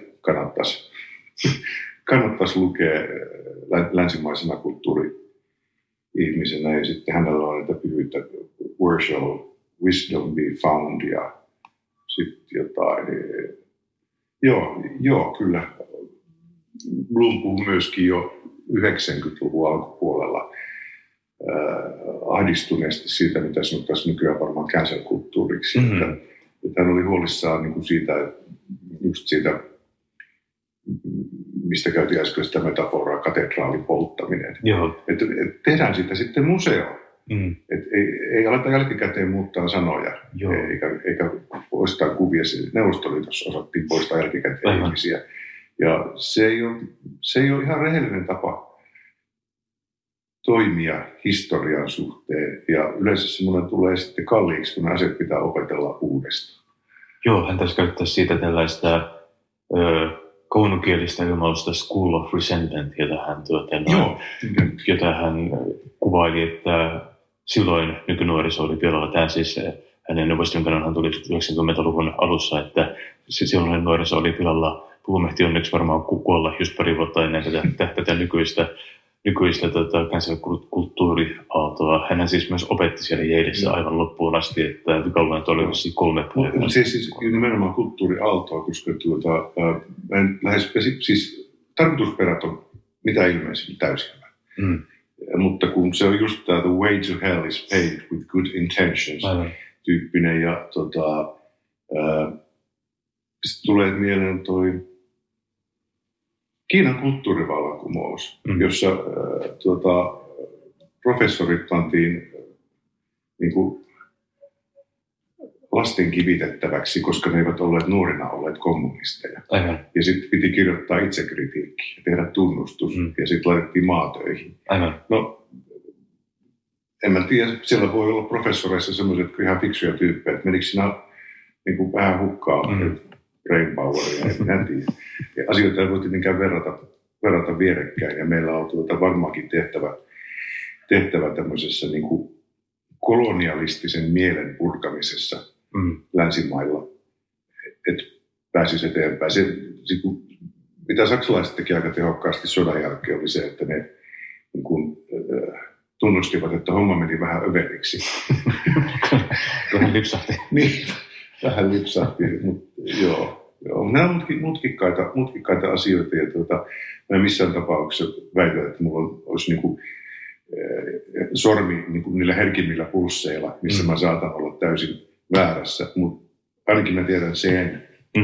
kannattaisi lukea länsimaisena kulttuuri-ihmisenä. Ja sitten hänellä on näitä pyhyyttä, where shall wisdom be found, ja sitten jotain. Joo, kyllä. Bloom puhui myöskin jo 90-luvun alkupuolella ahdistuneesti siitä, mitä sanottaisiin nykyään varmaan cancel-kulttuuriksi. Mm-hmm. Että hän oli huolissaan niin kuin siitä, just siitä, mistä käytiin äsken sitä metaforaa, katedraalin polttaminen. Että tehdään siitä sitten museo. Mm. Ei aleta jälkikäteen muuttaa sanoja, eikä poistaa kuvia. Neuvostoliitossa osattiin poistaa jälkikäteen ihmisiä. Ja se ei ole ihan rehellinen tapa toimia historian suhteen. Ja yleensä semmoinen tulee sitten kalliiksi, kun asiat pitää opetella uudestaan. Joo, hän taisi käyttää siitä tällaista kaunokielistä ilmausta School of Resentment, jota hän kuvaili, että silloin nykynuoriso oli pilalla. Tämä siis hänen Weston tuli 90-luvun alussa, että silloin nuoriso oli pilalla. Puumehti onneksi varmaan kuolla just pari vuotta ennen tätä nykyistä cancel-kulttuuriaaltoa. Hän siis myös opetti siellä Yalessa aivan loppuun asti, että vikaluento oli 3 päivää. Siis nimenomaan kulttuuriaaltoa, koska siis tarkoitusperät on mitä ilmeisin täysin. Mm. Mutta kun se on just tämä the way to hell is paved with good intentions tyyppinen, ja sitten tulee mieleen toi Kiinan kulttuurivallankumous, jossa professorit pantiin niin kuin lasten kivitettäväksi, koska ne eivät olleet nuorina olleet kommunisteja. Aivan. Ja sitten piti kirjoittaa itsekritiikki ja tehdä tunnustus, ja sitten laitettiin maatöihin. Aivan. No, en mä tiedä, siellä voi olla professoreissa sellaiset ihan fiksuja tyyppejä, että menikö siinä niin kuin vähän hukkaa brainpoweria, en tiedä. Ja asioita ei voi tietenkään verrata vierekkäin, ja meillä on varmaankin tehtävä tämmöisessä niin kuin kolonialistisen mielen purkamisessa länsimailla, että pääsisi eteenpäin. Mitä saksalaiset teki aika tehokkaasti sodan jälkeen, oli se, että ne niin kuin, tunnustivat, että homma meni vähän överiksi. Vähän lipsahti. Niin, vähän lipsahti, mutta joo. Nämä on mutkikkaita asioita, ja mä en missään tapauksessa väitä, että mulla olisi niin kuin, sormi niin kuin niillä herkimmillä pulsseilla, missä mä saatan olla täysin väärässä, mutta ainakin mä tiedän sen.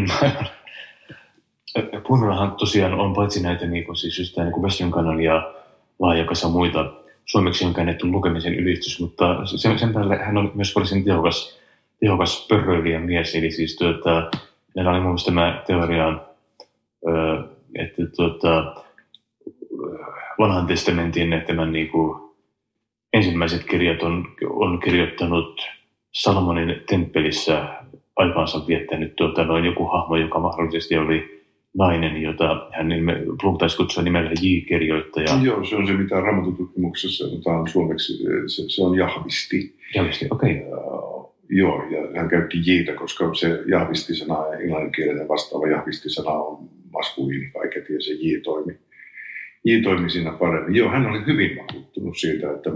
Puhumillahan tosiaan on paitsi näitä siis just niin Western Canon ja laaja kasa muita. Suomeksi on käännetty lukemisen ylistys, mutta sen päälle hän on myös varsin tehokas pörröilijä mies. Eli siis meillä oli muun muassa tämä teoria, että Vanhan testamentin tämän ensimmäiset kirjat on kirjoittanut Salomonin temppelissä aikaansa viettänyt noin joku hahmo, joka mahdollisesti oli nainen, jota hän taisi kutsua nimellä J-kirjoittaja. Joo, se on se, mitä Raamatututkimuksessa sanotaan suomeksi, se on Jahvisti. Jahvisti, okei. Joo, ja hän käytti Jitä, koska se Jahvisti-sana ja englanninkielinen vastaava Jahvisti-sana on maskuliini kaiketi, ja se J toimi siinä paremmin. Joo, hän oli hyvin vakuuttunut siitä, että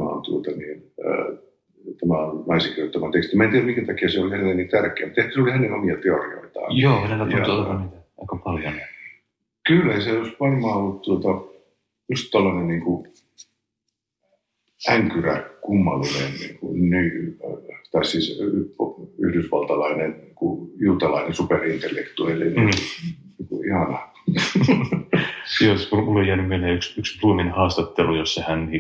tämä on naisen kirjoittama teksti. Mä en tiedä, minkä takia se oli hänelle niin tärkeä, mutta ehkä se oli hänen omia teorioitaan. Joo, hänellä tuntuu olevan niitä aika paljon. Kyllä, se olisi varmaan ollut just tällainen niin kuin änkyrä, kummallinen, tai siis yhdysvaltalainen, juutalainen superintellektuelli. Ihana. Joo, mulla on jäänyt mieleen yksi Bloomin haastattelu, jossa hän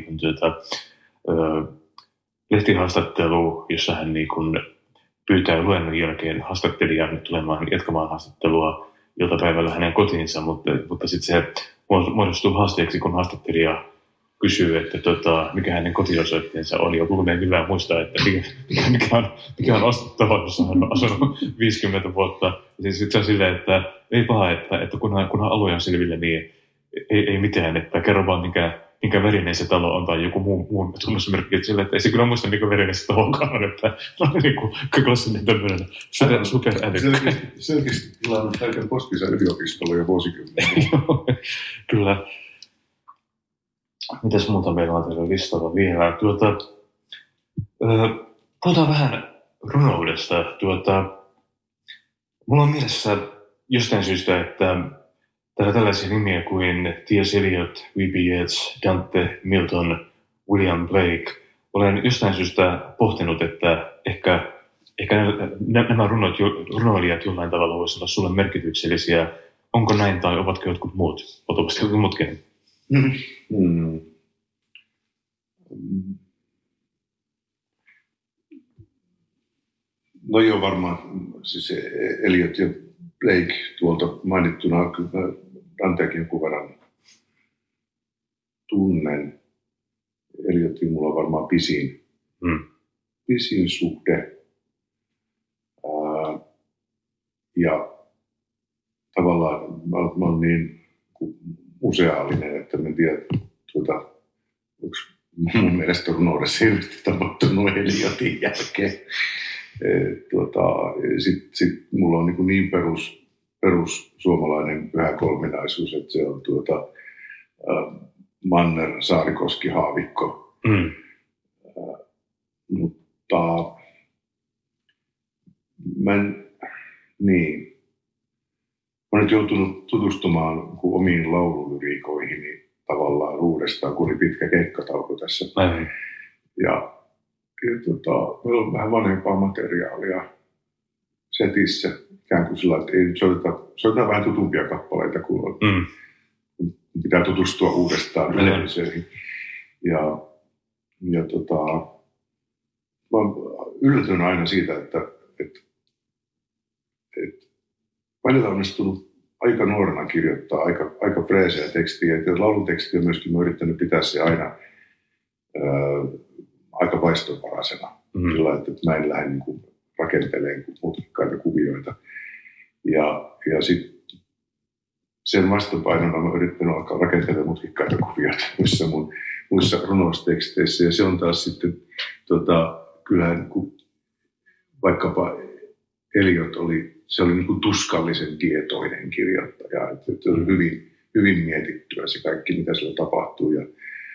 lehtihaastattelu, jossa hän pyytää luennon jälkeen haastattelijan tulemaan jatkamaan haastattelua iltapäivällä hänen kotiinsa, mutta sitten se muodostuu haasteeksi, kun haastattelija kysyy, että mikä hänen kotiosoitteensa on, ja Bloomien hyvä muistaa, että mikä on ostettava, jossa hän on asunut 50 vuotta. Ja siis se on silleen, että ei paha, että kunhan alue on selville, niin ei mitään, että kerro vaan minkä värinen se talo on tai joku muu tunnusmerkki. Että sille, että ei se kyllä muista minkä värinen se talokaan, että on niin kuin klassinen tämmöinen superäly. Selkeästi tilannut kaiken Poskisen yliopistolla jo vuosikymmeniä. Kyllä. Mitäs muuta meillä on tällä listalla vielä? Puhutaan vähän runoudesta. Mulla on mielessä jostain syystä, että täällä tällaisia nimiä kuin T.S. Eliot, W.B. Yeats, Dante, Milton, William Blake. Olen jostain syystä pohtinut, että ehkä nämä runoilijat jollain tavalla voisivat olla sulle merkityksellisiä. Onko näin tai ovatko jotkut muut? Oletko jotkut muutkin? No joo, varmaan siis Eliot ja Blake tuolta mainittuna, Danteakin jonkun verran tunnen. Eliotin mulla on varmaan pisin suhde. Ja tavallaan mä oon niin museaalinen, että mä en tiedä, onko mun mielestä runoudessa hirveästi tapahtunut Eliotin jälkeen. Sitten mulla on niin perus suomalainen pyhä kolminaisuus, että se on Manner, Saarikoski, Haavikko. Mutta mä oon nyt joutunut tutustumaan omiin laululyriikoihini tavallaan uudestaan, kun oli pitkä keikkatauko tässä. Ja meillä on vähän vanhempaa materiaalia setissä, ikään kuin sillä, että ei soitetaan vähän tutumpia kappaleita, kun pitää tutustua uudestaan yleisöihin. Ja mä oon yllätynyt aina siitä, että välillä on onnistunut aika nuorena kirjoittaa aika freesejä tekstiä. Ja laulutekstiä myöskin mä oon yrittänyt pitää se aina aika vaistonvaraisena. Sillä että mä en lähde niin rakentelemaan mutkikkaita kuvioita. Ja sitten sen vastapainona mä oon yrittänyt alkaa rakentelemaan mutkikkaita kuvioita muissa runousteksteissä. Ja se on taas sitten, kyllähän vaikkapa Eliot oli niin kuin tuskallisen tietoinen kirjoittaja. Että se oli hyvin mietittyä se kaikki, mitä sillä tapahtuu. Ja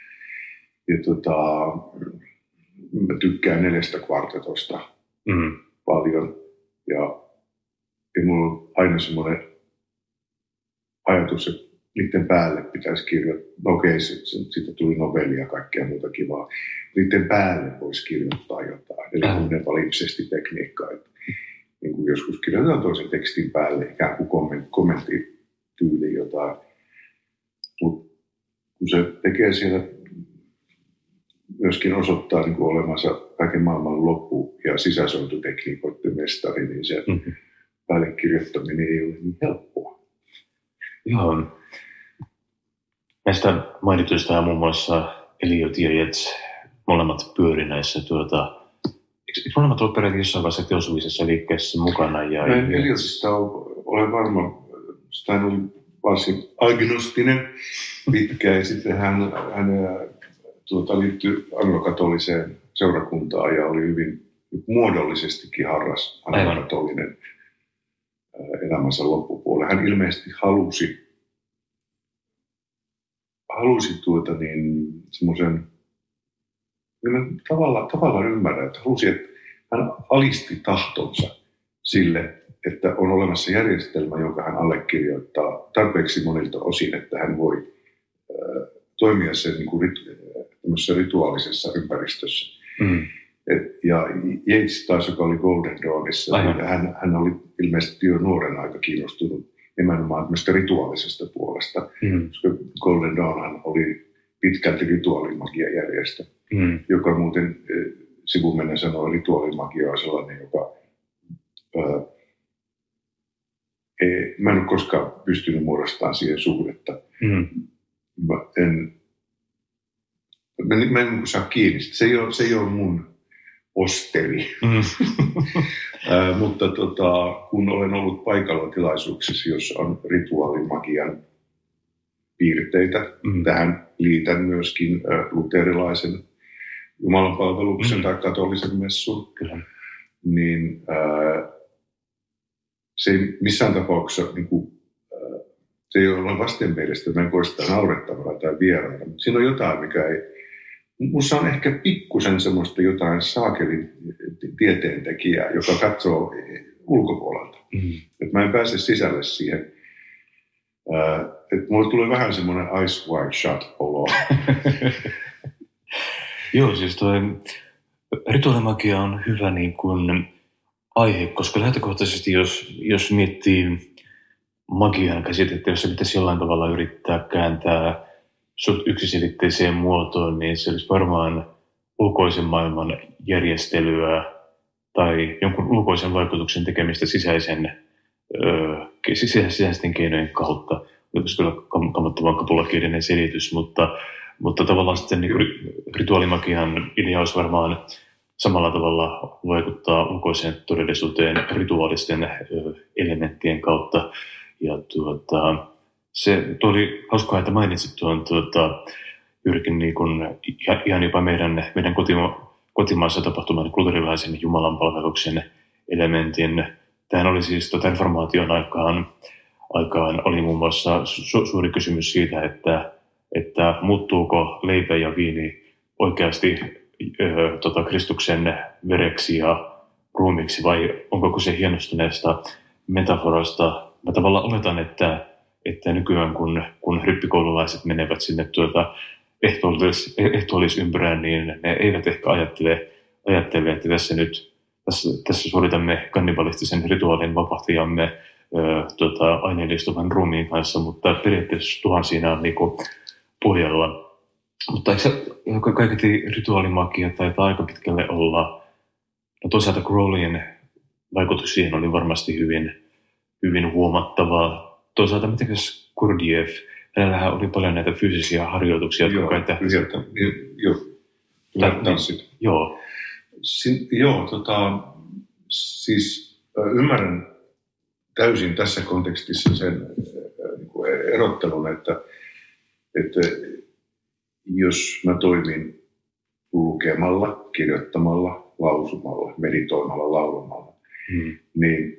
mä tykkään 4 kvartetosta paljon. Ja mulla on aina semmoinen ajatus, että niiden päälle pitäisi kirjoittaa. No okei, siitä tuli novellia ja kaikkea muuta kivaa. Niiden päälle voisi kirjoittaa jotain. Eli tämmöinen palimpsestitekniikka. Niin kuin joskus kirjoitetaan toisen tekstin päälle ikään kuin kommenttityyli jotain. Mutta kun se tekee siellä myöskin osoittaa niin kuin olemansa kaiken maailman loppu- ja sisäsointutekniikoiden mestari, niin se päälle kirjoittaminen ei ole niin helppoa. Joo. Näistä mainituista on muun muassa Eliot ja Yeats, molemmat pyöri näissä eikö molemmat ole peräti jossain vaiheessa teosollisessa liikkeessä mukana? Eliotista olen varma, hän oli varsin agnostinen pitkä ja sitten hän liittyi anglokatoliseen seurakuntaan ja oli hyvin muodollisestikin harras anglokatolinen elämänsä loppupuolella. Hän ilmeisesti halusi semmoisen, tavallaan ymmärrän, että halusi, että hän alisti tahtonsa sille, että on olemassa järjestelmä, jonka hän allekirjoittaa tarpeeksi monilta osin, että hän voi toimia sen niin kuin rituaalisessa ympäristössä. Ja Yeats taas, joka oli Golden Dawnissa, niin hän oli ilmeisesti jo nuorena aika kiinnostunut nimenomaan tämmöistä rituaalisesta puolesta, koska Golden Dawnhan oli pitkälti rituaalimagiajärjestö, joka muuten sivumennen sanoi, rituaalimagia on sellainen, joka mä en ole koskaan pystynyt muodostamaan siihen suhdetta. Mä en saa kiinni. Se ei ole mun osteri. Mutta kun olen ollut paikalla tilaisuuksissa, jossa on rituaalimagian piirteitä. Tähän liitän myöskin luterilaisen jumalanpalveluksen tai katolisen messun. Kyllä. Niin se ei missään tapauksessa, niin kuin, se ei ole vastenmielistä, mä en koe sitä naurettavana tai vieraana, mutta siinä on jotain, mikä ei. Minussa on ehkä pikkusen semmoista jotain saakelin tieteentekijää, joka katsoo ulkopuolelta. Että mä en pääse sisälle siihen. Että mulle tulee vähän semmoinen eyes wide shut olo. Joo, siis toi rituaalimagia on hyvä niin kuin aihe, koska lähtökohtaisesti jos miettii magian käsitettä, jos se pitäisi jollain tavalla yrittää kääntää sut yksiselitteiseen muotoon, niin se olisi varmaan ulkoisen maailman järjestelyä tai jonkun ulkoisen vaikutuksen tekemistä sisäisten keinojen kautta. Olisi kyllä kammottavan kapulakielinen selitys, mutta tavallaan sitten niin rituaalimagian idea olisi varmaan samalla tavalla vaikuttaa ulkoiseen todellisuuteen rituaalisten elementtien kautta. Ja tuo oli hauskaa, että mainitsit tuon Jyrkin niin kuin, ihan jopa meidän kotimaassa tapahtuman luterilaisen jumalanpalveluksen elementin. Tämähän oli siis reformaation aikaan oli muun muassa suuri kysymys siitä, että muuttuuko leipä ja viini oikeasti Kristuksen vereksi ja ruumiksi vai onko kyse hienostuneesta metaforasta. Mä tavallaan oletan, että nykyään kun rippikoululaiset menevät sinne ehtoollisympyrään, niin ne eivät ehkä ajattele, että tässä suoritamme kannibalistisen rituaalin vapahtajamme aineellistuvan ruumiin kanssa, mutta periaatteessa tuhansina on niinku pohjalla. Mutta eikö se kaiketi rituaalimagia taitaa aika pitkälle olla, no toisaalta Crowleyin vaikutus siihen oli varmasti hyvin huomattavaa. Toisaalta mitenkäs Gurdjieff, hänellähän oli paljon näitä fyysisiä harjoituksia, jotka kai tähtäisivät. Tanssit. Joo. Siis ymmärrän täysin tässä kontekstissa sen erottelun, että jos mä toimin lukemalla, kirjoittamalla, lausumalla, meditoimalla, laulamalla, niin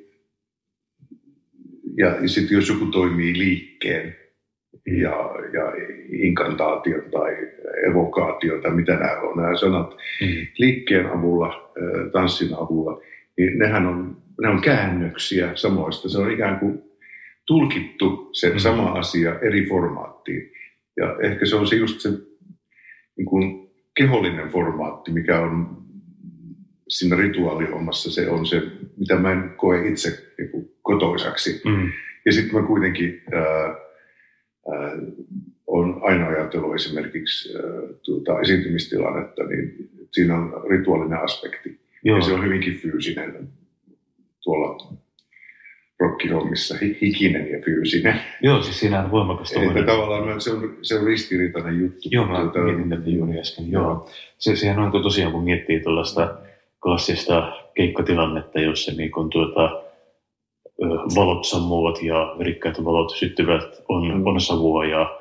ja sitten jos joku toimii liikkeen ja inkantaation tai evokaation tai mitä nämä sanat, liikkeen avulla, tanssin avulla, niin ne on käännöksiä samoista. Se on ikään kuin tulkittu se sama asia eri formaattiin. Ja ehkä se on se just se niin kuin kehollinen formaatti, mikä on siinä rituaalihommassa. Se on se, mitä mä en koe itse niin kuin kotoisaksi. Ja sitten mä kuitenkin olen aina ajatellut esimerkiksi esiintymistilannetta, niin siinä on rituaalinen aspekti. Joo. Ja se on hyvinkin fyysinen tuolla rockihommissa, hikinen ja fyysinen. Joo, siis siinä on voimakas tommoinen. Että tavallaan se on ristiriitainen juttu. Joo, mä mietin tätä juuri äsken. Joo. Sehän on tosiaan, kun miettii tuollaista klassista keikkatilannetta, jossa niin kun valot sammuvat ja värikkäät valot syttyvät, on savua ja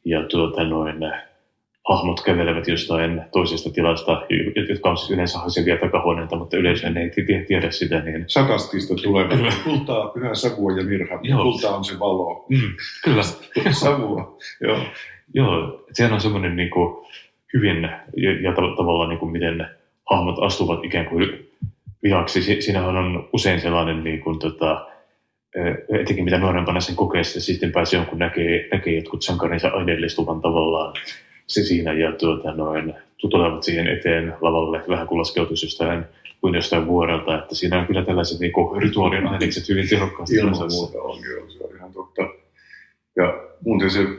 hahmot kävelevät jostain toisesta tilasta, jotka on siis yleensä haisevia takahuoneita, mutta yleisö ei tiedä sitä. Niin sakastista tulee kultaa, pyhä savua ja mirha. Kulta on se valo. Kyllä. Savua. Joo, sehän on semmoinen niin kuin hyvin ja tavallaan niin kuin miten hahmot astuvat ikään kuin vihaksi. Siinähän on usein sellainen niin kuin, etenkin mitä nuorempana sen kokee, sitten pääsee jonkun näkee jotkut sankarinsa aineellistuvan tavallaan se siinä ja tulevat siihen eteen lavalle vähän kuin laskeutuisi jostain vuorelta, että siinä on kyllä tällaiset niinku rituaalien ainekset hyvin tehokkaasti. Ilman muuta on, joo, se on ihan totta. Ja muuten se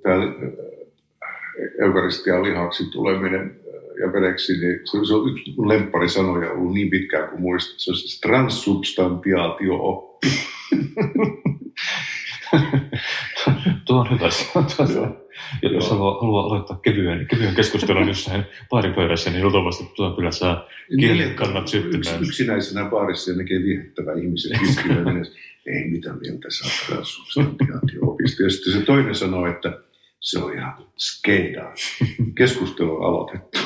eukaristian lihaksi tuleminen ja vereksi, niin se on yksi lempparisanoja ollut niin pitkään kuin muistat. Se on siis transsubstantiaatio-oppi. Tuo on hyvä. Jos haluaa aloittaa kevyen keskustelun jossain baaripöydässä, niin luultavasti tuo kyllä saa kielen kannat syttymään. Yksinäisenä baarissa ja näkee viehättävää ihmisen hiskillä. Ei mitään mieltä saa transsubstantiaatio-opista. Ja sitten se toinen sanoo, että Se on ihan skeidaa. Keskustelu on aloitettu.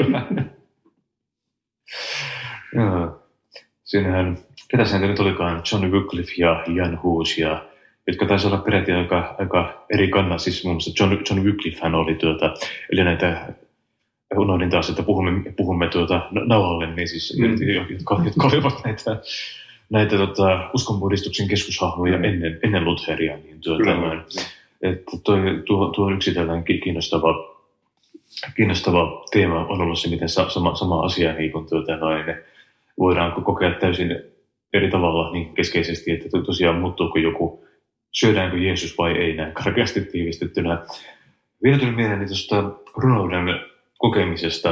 Siinähän, ketäs näitä nyt olikaan, John Wycliffe ja Jan Hus, jotka taisi olla peräti aika eri kannat. Siis muun muassa John Wycliffe hän oli eli näitä, unohdin taas, että puhumme nauhalle, niin siis, jotka olivat näitä uskonpuhdistuksen keskushahmoja ennen Lutheria, niin että tuo on yksi tällainen kiinnostava teema on ollut se, miten sama asia niin kun voidaan kokea täysin eri tavalla niin keskeisesti, että tosiaan muuttuuko joku, syödäänkö Jeesus vai ei, näin karkeasti tiivistettynä. Vielä tuli mieleeni tuosta runouden kokemisesta,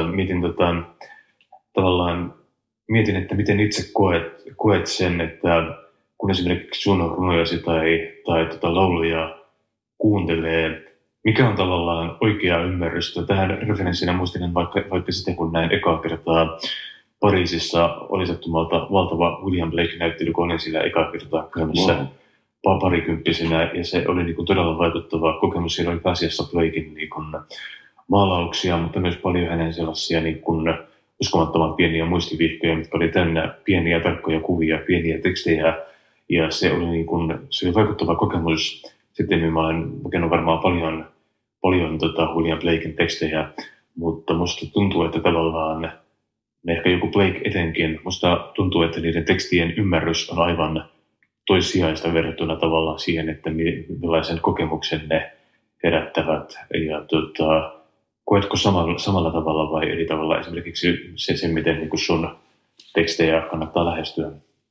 mietin, että miten itse koet sen, että kun esimerkiksi sun runojasi tai lauluja kuuntelee, mikä on tavallaan oikea ymmärrystä. Tähän referenssinä muistin vaikka sitten, kun näin ekaa kertaa Pariisissa oli sattumalta valtava William Blake-näyttely, kun olin sillä ekaa kertaa käymässä parikymppisenä, ja se oli niin kuin todella vaikuttava kokemus. Siellä oli pääasiassa Blaken niin kuin maalauksia, mutta myös paljon hänen sellaisia niin kuin uskomattoman pieniä muistivihkoja, mitkä oli täynnä pieniä tarkkoja kuvia, pieniä tekstejä, ja se oli vaikuttava kokemus. Sitten mä olen lukenut varmaan paljon William Blaken tekstejä, mutta musta tuntuu, että tavallaan ehkä joku Blake etenkin, musta tuntuu, että niiden tekstien ymmärrys on aivan toissijaista verrattuna tavallaan siihen, että millaisen kokemuksen ne herättävät. Ja koetko samalla tavalla vai eri tavalla esimerkiksi se miten niin kuin sun tekstejä kannattaa lähestyä?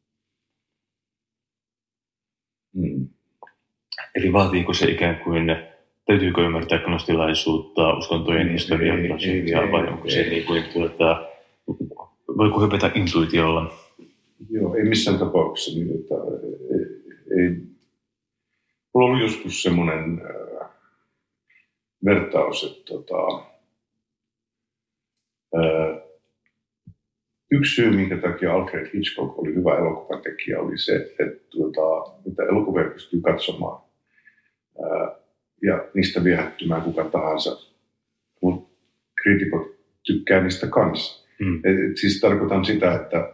Eli vaatiiko se ikään kuin, täytyykö ymmärtää gnostilaisuutta, uskontojen historiaa, filosofiaa, vai onko se niin kuin, voiko hypätä intuitiolla? Joo, ei missään tapauksessa. Niin, että, ei. Mulla oli joskus semmoinen vertaus, että yksi syy, minkä takia Alfred Hitchcock oli hyvä elokuvatekijä, oli se, että mitä elokuvia pystyy katsomaan ja niistä viehättymään kuka tahansa. Mutta kriitikot tykkää niistä kanssa. Siis tarkoitan sitä, että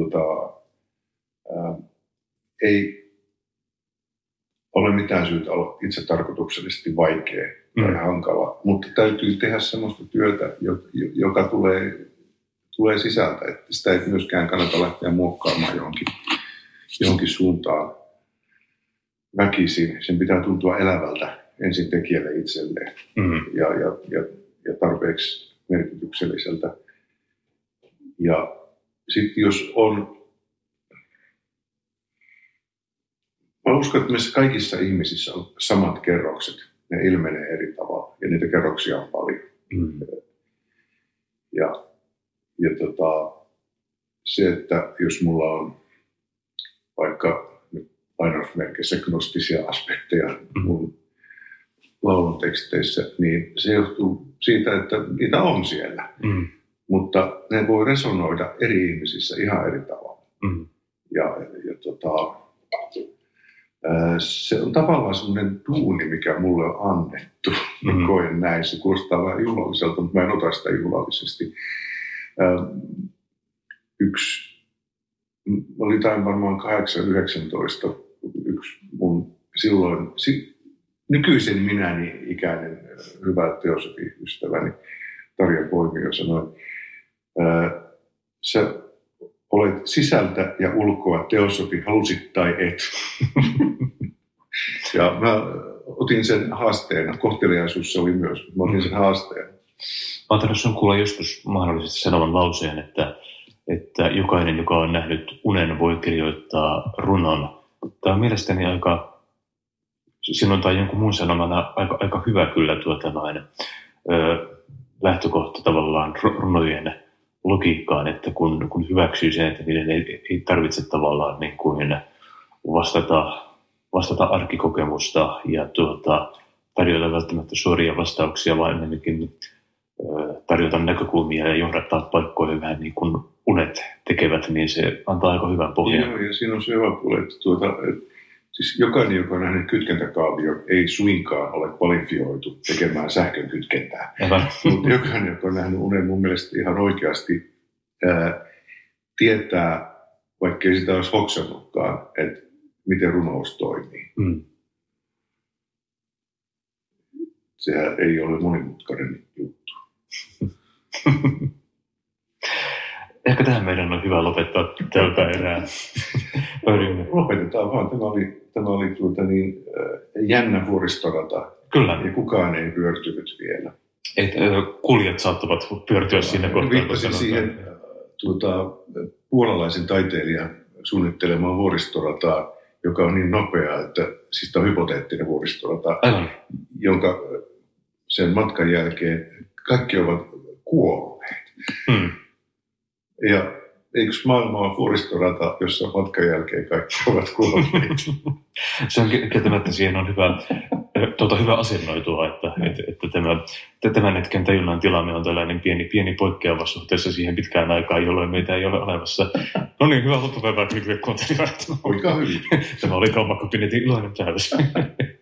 ei ole mitään syytä olla itse tarkoituksellisesti vaikea tai hankala, mutta täytyy tehdä sellaista työtä, joka tulee sisältä, että sitä ei myöskään kannata lähteä muokkaamaan johonkin suuntaan väkisin. Sen pitää tuntua elävältä ensin tekijälle itselleen ja tarpeeksi merkitykselliseltä. Ja sitten jos on, mä uskon, että meissä kaikissa ihmisissä on samat kerrokset. Ne ilmenee eri tavalla ja niitä kerroksia on paljon. Ja se, että jos mulla on vaikka lainausmerkeissä gnostisia aspekteja mun laulun teksteissä, niin se johtuu siitä, että niitä on siellä. Mutta ne voi resonoida eri ihmisissä ihan eri tavalla. Se on tavallaan semmoinen duuni, mikä mulle on annettu. Mä koen näin. Se kuulostaa vähän juhlalliselta, mutta mä en ota sitä juhlallisesti. Oli varmaan 8-19, yksi mun silloin nykyisen minäni ikäinen hyvä teosofi-ystäväni Tarja Poimio sanoi, sä olet sisältä ja ulkoa teosofi, halusit tai et. Ja mä otin sen haasteena, kohteliaisuus se oli myös, mä otin sen haasteena. Mä oon tainnut sun kuulla joskus mahdollisesti sanovan lauseen, että jokainen, joka on nähnyt unen, voi kirjoittaa runon. Tämä on mielestäni sinun tai jonkun muun sanomana aika hyvä kyllä lähtökohta tavallaan runojen logiikkaan, että kun hyväksyy sen, että niiden ei tarvitse tavallaan niin kuin vastata arkikokemusta ja tarjota välttämättä suoria vastauksia, vaan enemmänkin tarjota näkökulmia ja johdattaa paikkoja vähän niin kuin unet tekevät, niin se antaa aika hyvän pohjan. Joo, ja siinä on se hyvä puoli, että Siis jokainen, joka on nähnyt kytkentäkaavion, ei suinkaan ole kvalifioitu tekemään sähkön kytkentää. Mutta jokainen, joka on nähnyt unen, mun mielestä ihan oikeasti tietää, vaikkei sitä olisi hoksannutkaan, että miten runous toimii. Sehän ei ole monimutkainen juttu. Ehkä tähän meidän on hyvä lopettaa tältä erää. Lopetetaan vaan. Tämä oli jännä vuoristorata. Kyllä. Ja kukaan ei pyörtynyt vielä. Kuljat saattavat pyörtyä sinne kohtaan. Viittasin siihen puolalaisen taiteilijan suunnittelemaan vuoristorataa, joka on niin nopea, että siis tämä on hypoteettinen vuoristorata, jonka sen matkan jälkeen kaikki ovat kuolleet. Ja eikö maailma ole vuoristorata, jossa matkan jälkeen kaikki ovat kuolleet? Se on kieltämättä, siihen on hyvä asennoitua, että tämän hetken tajunnan tilanne on tällainen pieni poikkeava suhteessa siihen pitkään aikaan, jolloin meitä ei ole olemassa. No niin, hyvää loppupäivää kaikille kuuntelijoille. Oikein hyvin. Tämä oli Kauppakabinetin iloinen päätös.